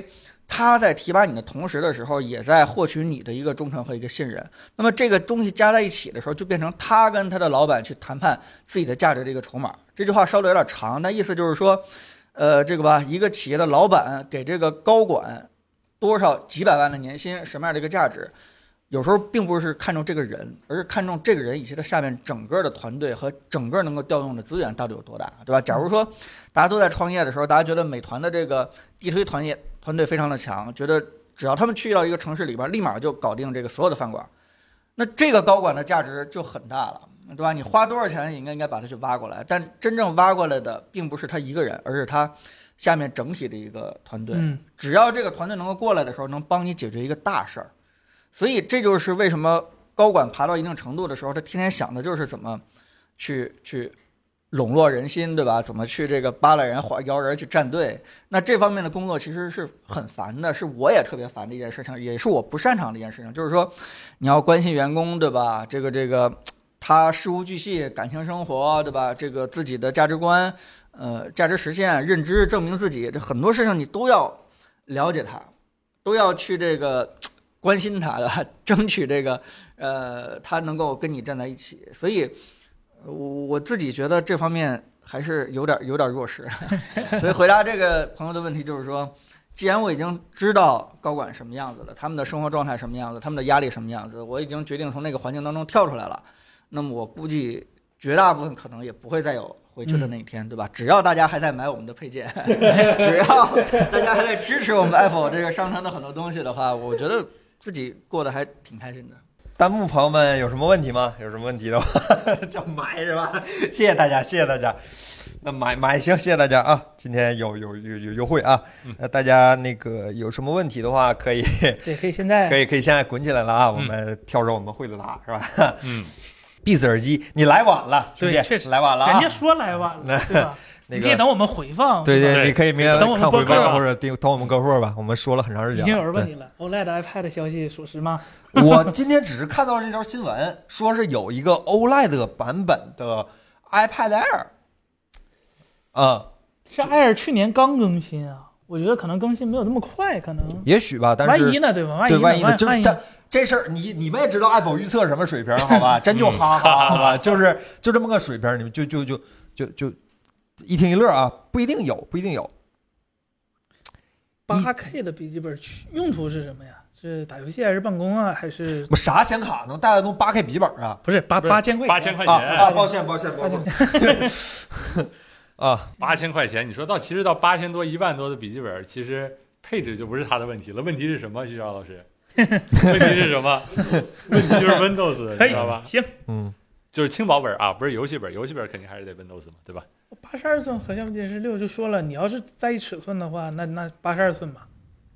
E: 他在提拔你的同时的时候，也在获取你的一个忠诚和一个信任。那么这个东西加在一起的时候，就变成他跟他的老板去谈判自己的价值的一个筹码。这句话稍微有点长，但意思就是说，呃，这个吧，一个企业的老板给这个高管多少几百万的年薪，什么样的一个价值？有时候并不是看重这个人，而是看重这个人以及他下面整个的团队和整个能够调用的资源到底有多大，对吧？假如说大家都在创业的时候，大家觉得美团的这个地推团业团队非常的强，觉得只要他们去到一个城市里边，立马就搞定这个所有的饭馆，那这个高管的价值就很大了，对吧？你花多少钱，应该应该把他去挖过来，但真正挖过来的并不是他一个人，而是他下面整体的一个团队。
A: 嗯，
E: 只要这个团队能够过来的时候，能帮你解决一个大事儿。所以这就是为什么高管爬到一定程度的时候，他天天想的就是怎么去去笼络人心，对吧？怎么去这个扒拉人、摇人去站队？那这方面的工作其实是很烦的，是我也特别烦的一件事情，也是我不擅长的一件事情。就是说，你要关心员工，对吧？这个这个他事无巨细，感情生活，对吧？这个自己的价值观，呃，价值实现、认知、证明自己，这很多事情你都要了解他，都要去这个。关心他的，争取这个，呃，他能够跟你站在一起。所以，我我自己觉得这方面还是有点有点弱势。所以回答这个朋友的问题就是说，既然我已经知道高管什么样子了，他们的生活状态什么样子，他们的压力什么样子，我已经决定从那个环境当中跳出来了。那么我估计绝大部分可能也不会再有回去的那一天，嗯、对吧？只要大家还在买我们的配件，只要大家还在支持我们 Apple 这个商城的很多东西的话，我觉得。自己过得还挺开心的。
B: 弹幕朋友们有什么问题吗？有什么问题的话叫买是吧？谢谢大家，谢谢大家。那买买行，谢谢大家啊！今天有有有有优惠啊！那大家那个有什么问题的话，可以
A: 对，可以现在
B: 可以可以现在滚起来了啊！我们跳着我们会的答是吧？
C: 嗯
B: ，Beats 耳机你来晚了，
A: 对，确实
B: 来晚了、啊，
A: 人家说来晚了，对吧？那个、你可以等我们回放，
B: 对 对, 对，你可以明天看回放或者等我们歌会吧。我们说了很长时间了。
A: 已经有人问你了 ，O L E D iPad 的消息属实吗？
B: 我今天只是看到这条新闻，说是有一个 O L E D 版本的 iPad Air， 啊、嗯，
A: 是 Air 去年刚更新啊，我觉得可能更新没有这么快，可能
B: 也许吧，但是
A: 万一呢，对吧？万
B: 一
A: 对万
B: 一呢，就是这这事儿，你你们也知道 Apple 预测什么水平，好吧？真就哈哈，好吧？就是就这么个水平，你们就就就就就。一听一乐啊，不一定有，不一定有。
A: 八 K 的笔记本用途是什么呀？是打游戏还是办公啊？还是
B: 我啥显卡能带得动八 K 笔记本啊？
A: 不是八八千块钱，
C: 八千块钱
B: 啊啊！抱歉抱歉抱歉。啊，
C: 八千块钱，你说到其实到八千多、一万多的笔记本，其实配置就不是他的问题了。问题是什么？徐钊老师，问题是什么？问题就是 Windows， 你知道吧？
A: 行，
B: 嗯。
C: 就是轻薄本啊，不是游戏本，游戏本肯定还是得 Windows 嘛，对吧？
A: 八十二寸核像电视六就说了，你要是在意尺寸的话，那那八十二寸吧。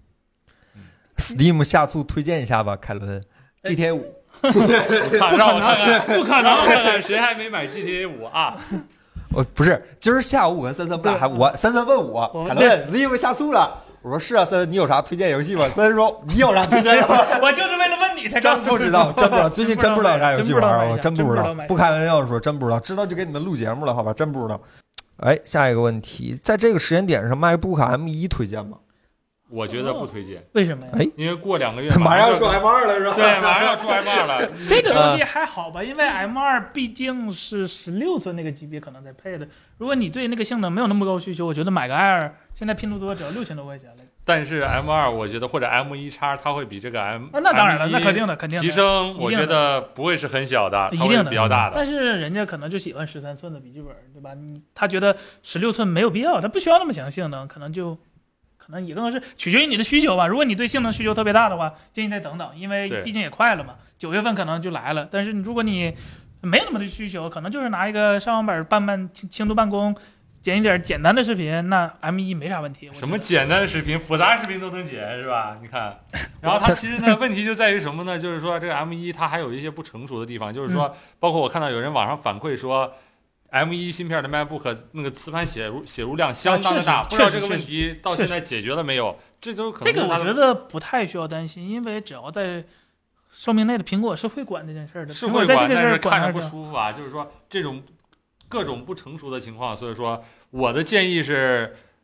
B: Steam 下促推荐一下吧，凯伦 G T A 五。
C: 我看让我看看，不可能，我看看谁还没买 G T A 五啊？
B: 我不是，今儿下午我跟森森俩还我森森问我，凯伦 Steam 下促了。我说是啊，森，你有啥推荐游戏吗？森说你有啥推荐吗？
A: 我就是为了问你才。
B: 真不知道，真不知道，最近真不知道有啥游戏玩，我真不知
A: 道。
B: 不开玩笑说，真不知道，知道就给你们录节目了，好吧？真不知道。哎，下一个问题，在这个时间点上，MacBook M 一推荐吗？
C: 我觉得不推荐。
A: 为什么呀？
B: 哎，
C: 因为过两个月
B: 马上要出 M 二了，是吧？
C: 对，马上要出 M 二了。
A: 这个东西还好吧，因为 M 二毕竟是十六寸那个级别可能才配的。如果你对那个性能没有那么高需求，我觉得买个 Air 现在拼多多只要六千多块钱了。
C: 但是 M 二我觉得或者 M 一 叉它会比这个 M
A: 啊，那当然了，那肯定的，肯定的
C: 提升，我觉得不会是很小的，
A: 一定的
C: 比较大的。
A: 但是人家可能就喜欢十三寸的笔记本，对吧？你他觉得十六寸没有必要，他不需要那么强性能，可能就可能也更是取决于你的需求吧。如果你对性能需求特别大的话，建议再等等，因为毕竟也快了嘛，九月份可能就来了。但是如果你没有那么的需求，可能就是拿一个上网本办办轻轻度办公。剪一点简单的视频，那 M 一 没啥问题。
C: 什么简单的视频，复杂视频都能剪，是吧？你看，然后它其实呢，问题就在于什么呢？就是说这个 M 一 它还有一些不成熟的地方，就是说，包括我看到有人网上反馈说 ，M 一 芯片的 MacBook 那个磁盘写入写入量相当的大，不知道这个问题到现在解决了没有？这都可能
A: 这个我觉得不太需要担心，因为只要在寿命内的苹果是会管这件事儿的，
C: 是会管，
A: 但
C: 是看着不舒服啊。就是说这种。各种不成熟的情况，所以说我的建议是，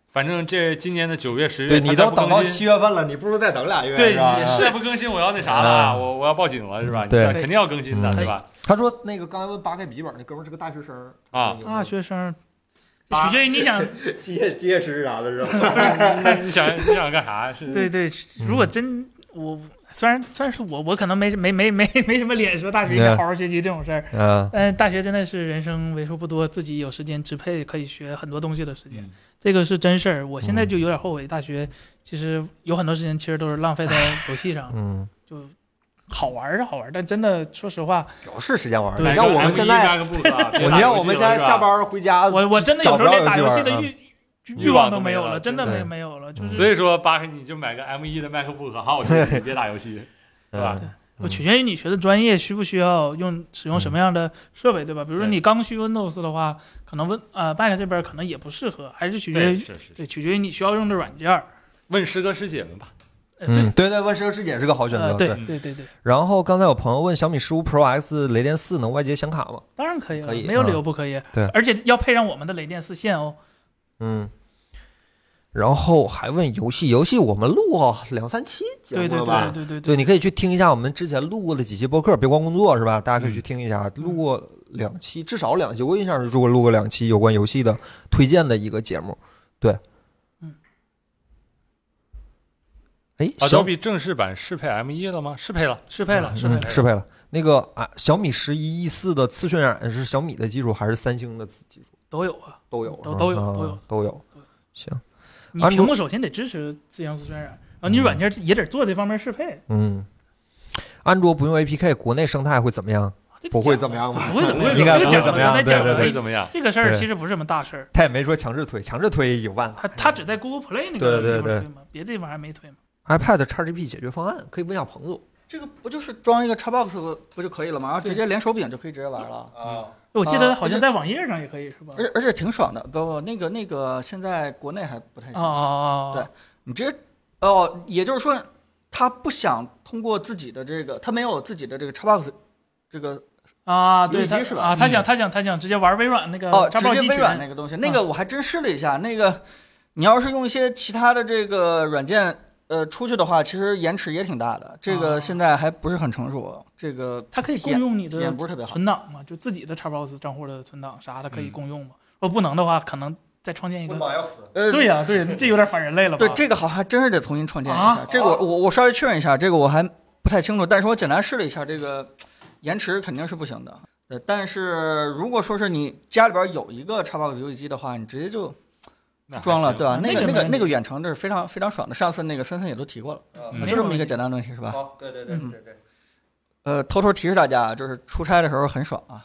C: 反正这今年的九月、十月，
B: 对你都等到
C: 七
B: 七月份了，你不如再等俩月，
C: 对，
B: 是吧？
C: 也是再不更新，我要那啥了，
B: 嗯
C: 我我要报警了，是吧？
B: 对
C: 你肯定要更新的，
B: 嗯
C: 对吧？
B: 他说那个刚才问八 K 笔记本那哥们儿是个大学生
C: 啊，
A: 大学生，这
C: 啊
A: 取决于你想，
B: 机械机械师啥的是吧？
C: 那你想你想干啥？是，
A: 对对，如果真我虽然虽然是我我可能没没没没没什么脸说大学应该好好学习这种事儿，
B: 嗯
A: 但大学真的是人生为数不多自己有时间支配可以学很多东西的时间，
C: 嗯
A: 这个是真事儿。我现在就有点后悔，大学其实有很多时间其实都是浪费在游戏上，
B: 嗯，
A: 就好玩是好玩，但真的说实话，
B: 有是时间玩儿。
A: 对
B: 你像我们现在，我你看我们现在下班回家，
A: 我我真的有时候连打游戏的
B: 找不着游
A: 欲
C: 欲
A: 欲望都
C: 望都没有了
A: 没有了，真的
B: 对
A: 没没有了，就是
C: 所以说八你就买个 M 一的 MacBook，好好学习，别打游戏，是吧？
B: 嗯
A: 我取决于你学的专业需不需要用使用什么样的设备，对吧？比如说你刚需 Windows 的话，可能 Win 呃 Mac 这边可能也不适合，还是取决
C: 对，
A: 于
C: 是是。
A: 对取决于你需要用的软件儿。
C: 问师哥师姐们吧。
A: 呃
B: 嗯，对对，问世师姐是个好选择。
A: 呃对
B: 对。
A: 对对对，
B: 然后刚才有朋友问小米十五 Pro X 雷电四能外接显卡吗？
A: 当然可以了，
B: 可以
A: 没有理由不可以。
B: 对
A: 而且要配上我们的雷电四线哦。
B: 嗯。然后还问游戏，游戏我们录过两三期节目
A: 对对
B: 了吧？
A: 对对对
B: 对，你可以去听一下我们之前录过的几期播客，别光工作是吧？大家可以去听一下，录过两期，至少两期，我印象是录过录过两期有关游戏的推荐的一个节目。对，
A: 嗯。
B: 哎，小
C: Adobe 正式版适配 M 一了吗？适配了，
A: 适配了，适配
B: 嗯
A: 了。
B: 适配了。那个啊，小米十一 E 四的次渲染是小米的技术还是三星的技术？
A: 都有啊，
B: 都有，
A: 都都有
B: 啊
A: 都有
B: 都有。行，
A: 你屏幕首先得支持自相似渲染，然后你软件也得做这方面适配。
B: 嗯，安卓不用 A P K， 国内生态会怎么样？
A: 这个
B: 不会
A: 讲
B: 怎么样吧？
A: 不会怎么样，
B: 应该
A: 这个讲
B: 不会怎么样
A: 了讲了
B: 对对对
C: 会怎么样？
A: 这个事儿
B: 对
A: 其实不是什么大事儿，
B: 他也没说强制推，强制推有办法。
A: 他他只在 Google Play 那
B: 对
A: 个
B: 对对
A: 地方推嘛，别的地方还没推嘛。
B: iPad XGP 解决方案可以问一下彭总
E: 这个不就是装一个 Xbox 不就可以了吗？然后直接连手柄就可以直接玩了。
B: 啊。
A: 我记得
E: 啊
A: 好像在网页上也可以是吧？
E: 而且而且挺爽的，不不，那个那个现在国内还不太行。
A: 哦哦哦，
E: 对你直接哦，也就是说，他不想通过自己的这个，他没有自己的这个 Xbox 这个
A: 啊，对，他
E: 游戏机是吧
A: 啊，他想他想他想直接玩微软那个
E: 哦，
A: 插报机
E: 直接微软
A: 群
E: 那个东西，那个我还真试了一下，那个你要是用一些其他的这个软件。呃，出去的话，其实延迟也挺大的，这个现在还不是很成熟。这个
A: 它可以共用你
E: 体
A: 的
E: 验不是特别好。
A: 存档嘛，就自己的 Xbox 账户的存档啥的可以共用嘛。如果不能的话，可能再创建一个。
B: 要死。
E: 呃，
A: 对呀，对，这有点反人类了吧？
E: 对，这个好像还真是得重新创建一下。
A: 啊
E: 这个我我我稍微确认一下，这个我还不太清楚，但是我简单试了一下，这个延迟肯定是不行的。呃，但是如果说是你家里边有一个 Xbox 游戏机的话，你直接就装了，对吧？那个那个那个远程这是非常非常爽的。上次那个森森也都提过了，
C: 嗯
E: 就这么一个简单的问题是吧？
B: 好，对对对对对。
E: 呃，偷偷提示大家，就是出差的时候很爽啊。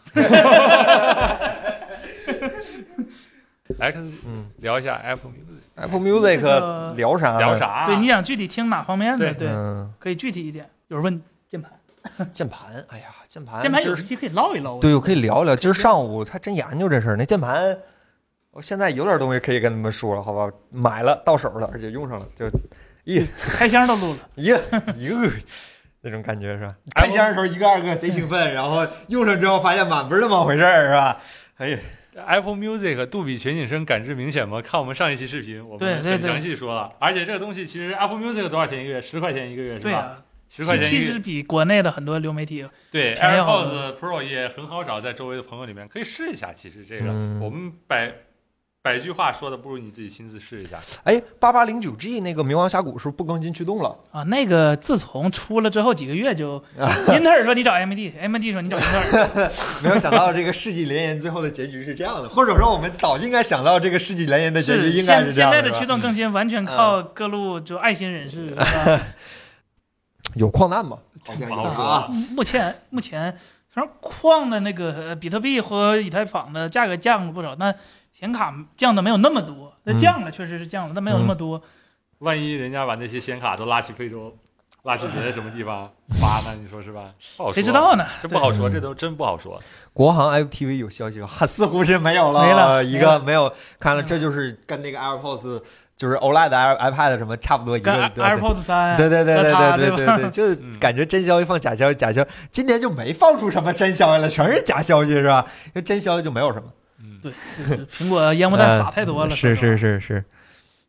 C: X
B: 嗯
C: 聊一下 Apple Music，
B: ，Apple Music
A: 个
B: 聊啥呢？
C: 聊啥啊？
A: 对，你想具体听哪方面的？
C: 对
A: 对，
B: 嗯，
A: 可以具体一点。有人问键盘，
B: 键盘，哎呀，键盘，
A: 键盘
B: 今儿
A: 有一期可以唠一唠。
B: 对，我可以聊聊。今儿上午还真研究这事儿。那键盘，我现在有点东西可以跟他们说了，好吧？买了，到手了，而且用上了，就咦，
A: 开箱都录了。
B: 咦，哟，那种感觉是吧？开箱的时候一个二个贼兴奋，然后用上之后发现满不是那么回事儿，是吧？哎呀，
C: Apple Music 杜比全景声感知明显吗？看我们上一期视频，我们很
A: 对对对
C: 详细说了。而且这个东西其实 Apple Music 多少钱一个月？十块钱一个月是吧？
A: 对啊，
C: 十块钱
A: 其
C: 一个月。
A: 实比国内的很多流媒体
C: 对
A: 便宜好
C: ，AirPods Pro 也很好找，在周围的朋友里面可以试一下。其实这个、
B: 嗯
C: 我们百百句话说的，不如你自己亲自试一下。
B: 哎，八八零九 G 那个冥王峡谷是不是不更新驱动了？
A: 啊，那个自从出了之后几个月就，英特尔说你找 A M D，A M D 说你找英特尔。
B: 没有想到这个世纪联姻最后的结局是这样的，或者说我们早就应该想到这个世纪联姻的结局应该是这样的。
A: 现现在的驱动更新完全靠各路就爱心人士，是吧？
B: 有矿难吗？好像
C: 不好说
B: 有啊。
A: 目前目前虽然矿的那个呃比特币和以太坊的价格降了不少，但显卡降的没有那么多。那降了确实是降了，但没有那么多。
C: 万一人家把那些显卡都拉去非洲，拉去别的什么地方发呢？你说是吧？不好说，
A: 谁知道呢？
C: 这不好说，
B: 对
C: 这都真不好说。
B: 国行 F T V 有消息吗？似乎是没有了，
A: 没了
B: 一个没有。看了，这就是跟那个 AirPods，就是 O L E D、iPad 什么差不多一个。
A: 跟 AirPods 三，
B: 对对对对
A: 和它
B: 对对对对，就感觉真消息放假消息，假消息。今年就没放出什么真消息了，全是假消息，是吧？因为真消息就没有什么。
C: 嗯，
A: 对，就是苹果烟雾弹撒太多了。
B: 是是是是。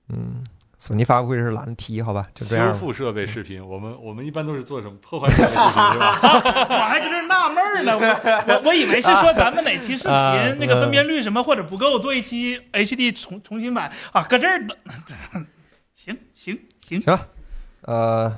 B: 嗯，索尼发布会是懒得提，好吧，就这样。
C: 修复设备视频，我们我们一般都是做什么破坏设备视频是吧？
A: 我还搁这纳闷儿呢，我我我以为是说咱们哪期视频、
B: 啊、
A: 那个分辨率什么或者不够，做一期 H D 重重新版啊，搁这儿等。行行行
B: 行，呃，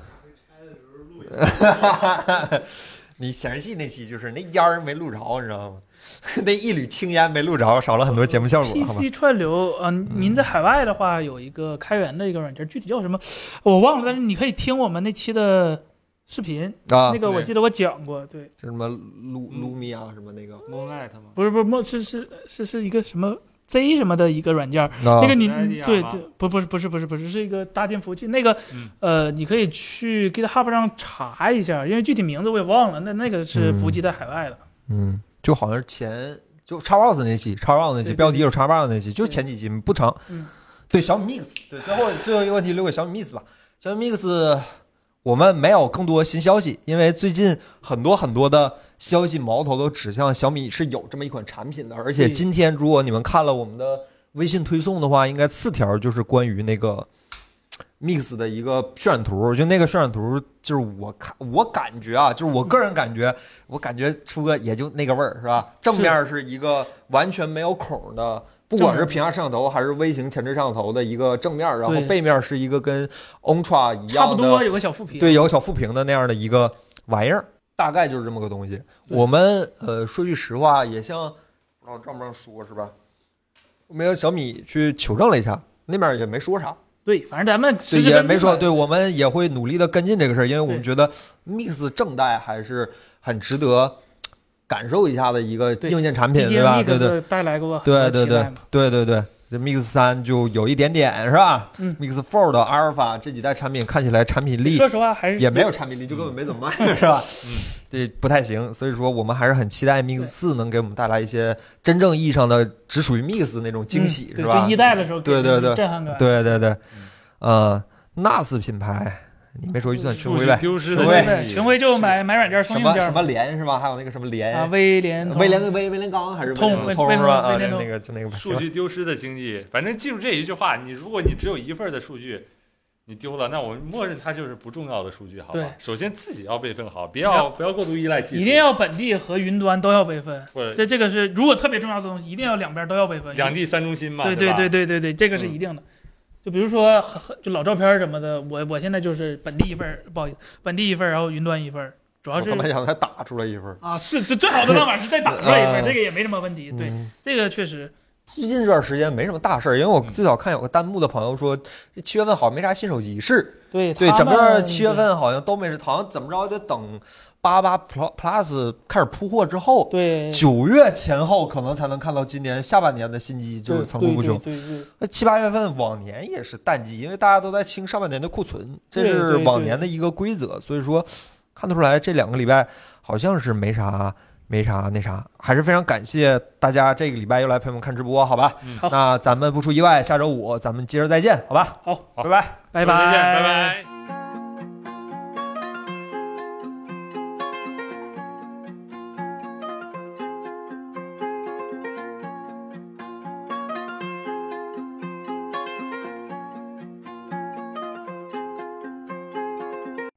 B: 你显示器那期就是那烟儿没录着，你知道吗？那一缕青烟没录着，少了很多节目效果。
A: P C 串流，嗯、呃，您在海外的话有一个开源的一个软件，具体叫什么我忘了，但是你可以听我们那期的视频
B: 啊，
A: 那个我记得我讲过，对，
B: 是什么卢卢米啊，什么那个
C: Moonlight 吗？
A: 不是不是，是是是是一个什么 Z 什么的一个软件，
B: 啊、
A: 那个你对对，不不是不是不是不是是一个搭建服务器，那个、
C: 嗯、
A: 呃，你可以去 GitHub 上查一下，因为具体名字我也忘了，那那个是服务器在海外的，
B: 嗯。嗯就好像是前就 Xbox 那期 ，Xbox 那期标题就是 Xbox 那期，就前几期不长。
A: 嗯，
B: 对小米 Mix， 对，最后最后一个问题留给小米 Mix 吧。小米 Mix 我们没有更多新消息，因为最近很多很多的消息矛头都指向小米是有这么一款产品的，而且今天如果你们看了我们的微信推送的话，应该次条就是关于那个。Mix 的一个渲染图，就那个渲染图，就是我看我感觉啊，就是我个人感觉，我感觉出个也就那个味儿，是吧？正面是一个完全没有孔的，不管是屏下摄像头还是微型前置摄像头的一个正面，然后背面是一个跟 Ultra 一样的，
A: 差不多有个小副屏，
B: 对，有个小副屏的那样的一个玩意儿，大概就是这么个东西。我们呃说句实话，也像不知道让不让说是吧？我们让小米去求证了一下，那边也没说啥。
A: 对，反正咱们
B: 对也没说，对我们也会努力的跟进这个事儿，因为我们觉得 Mix 正代还是很值得感受一下的一个硬件产品，对吧？对对，
A: 带来过，
B: 对对对对对对，这 Mix 三就有一点点是吧？
A: 嗯
B: ，Mix Fold、阿尔法这几代产品看起来产品力，
A: 说实话还是
B: 也没有产品力，就根本没怎么卖，是吧？嗯，对，不太行，所以说我们还是很期待 Mix 四能给我们带来一些真正意义上的只属于 Mix 那种惊喜，
A: 是
B: 吧？
A: 就一代的时候，
B: 对对对，
A: 震撼感，
B: 对对对，呃 ，N A S 品牌。你没说就算群晖呗，
C: 丢失
B: 群
C: 晖，
A: 群晖就买买软件送硬件，
B: 什么什么联是吧？还有那个什么联
A: 啊，威联
B: 威联威威廉刚还是
A: 通
B: 通是吧？啊，那个就那个
C: 数据丢失的经济，反正记住这一句话，你如果你只有一份的数据，你丢了，那我们默认它就是不重要的数据，好吧？首先自己要备份好，不要不要过度依赖技术，
A: 一定要本地和云端都要备份。
C: 或者
A: 这这个是如果特别重要的东西，一定要两边都要备份，
C: 两地三中心嘛。
A: 对对对对对对，这个是一定的。就比如说，就老照片什么的，我我现在就是本地一份，不好意思，本地一份，然后云端一份，主要是。
B: 我他妈想再打出来一份
A: 啊！是，这最好的办法是再打出来一份，这个也没什么问题。对，这个确实。
B: 最近这段时间没什么大事儿，因为我最早看有个弹幕的朋友说，这七月份好像没啥新手机，是
A: 对
B: 对，整个七月份好像都没事，好像怎么着得等。八八 Plus 开始铺货之后，
A: 对，
B: 九月前后可能才能看到今年下半年的新机，就是层出不穷。那七八月份往年也是淡季，因为大家都在清上半年的库存，这是往年的一个规则。所以说看得出来，这两个礼拜好像是没啥没啥那啥，还是非常感谢大家这个礼拜又来陪我们看直播，好吧？
C: 嗯、
B: 那咱们不出意外，下周五咱们接着再见，好吧？
A: 好，
B: 拜拜，
A: 拜拜，
C: 再见，拜拜。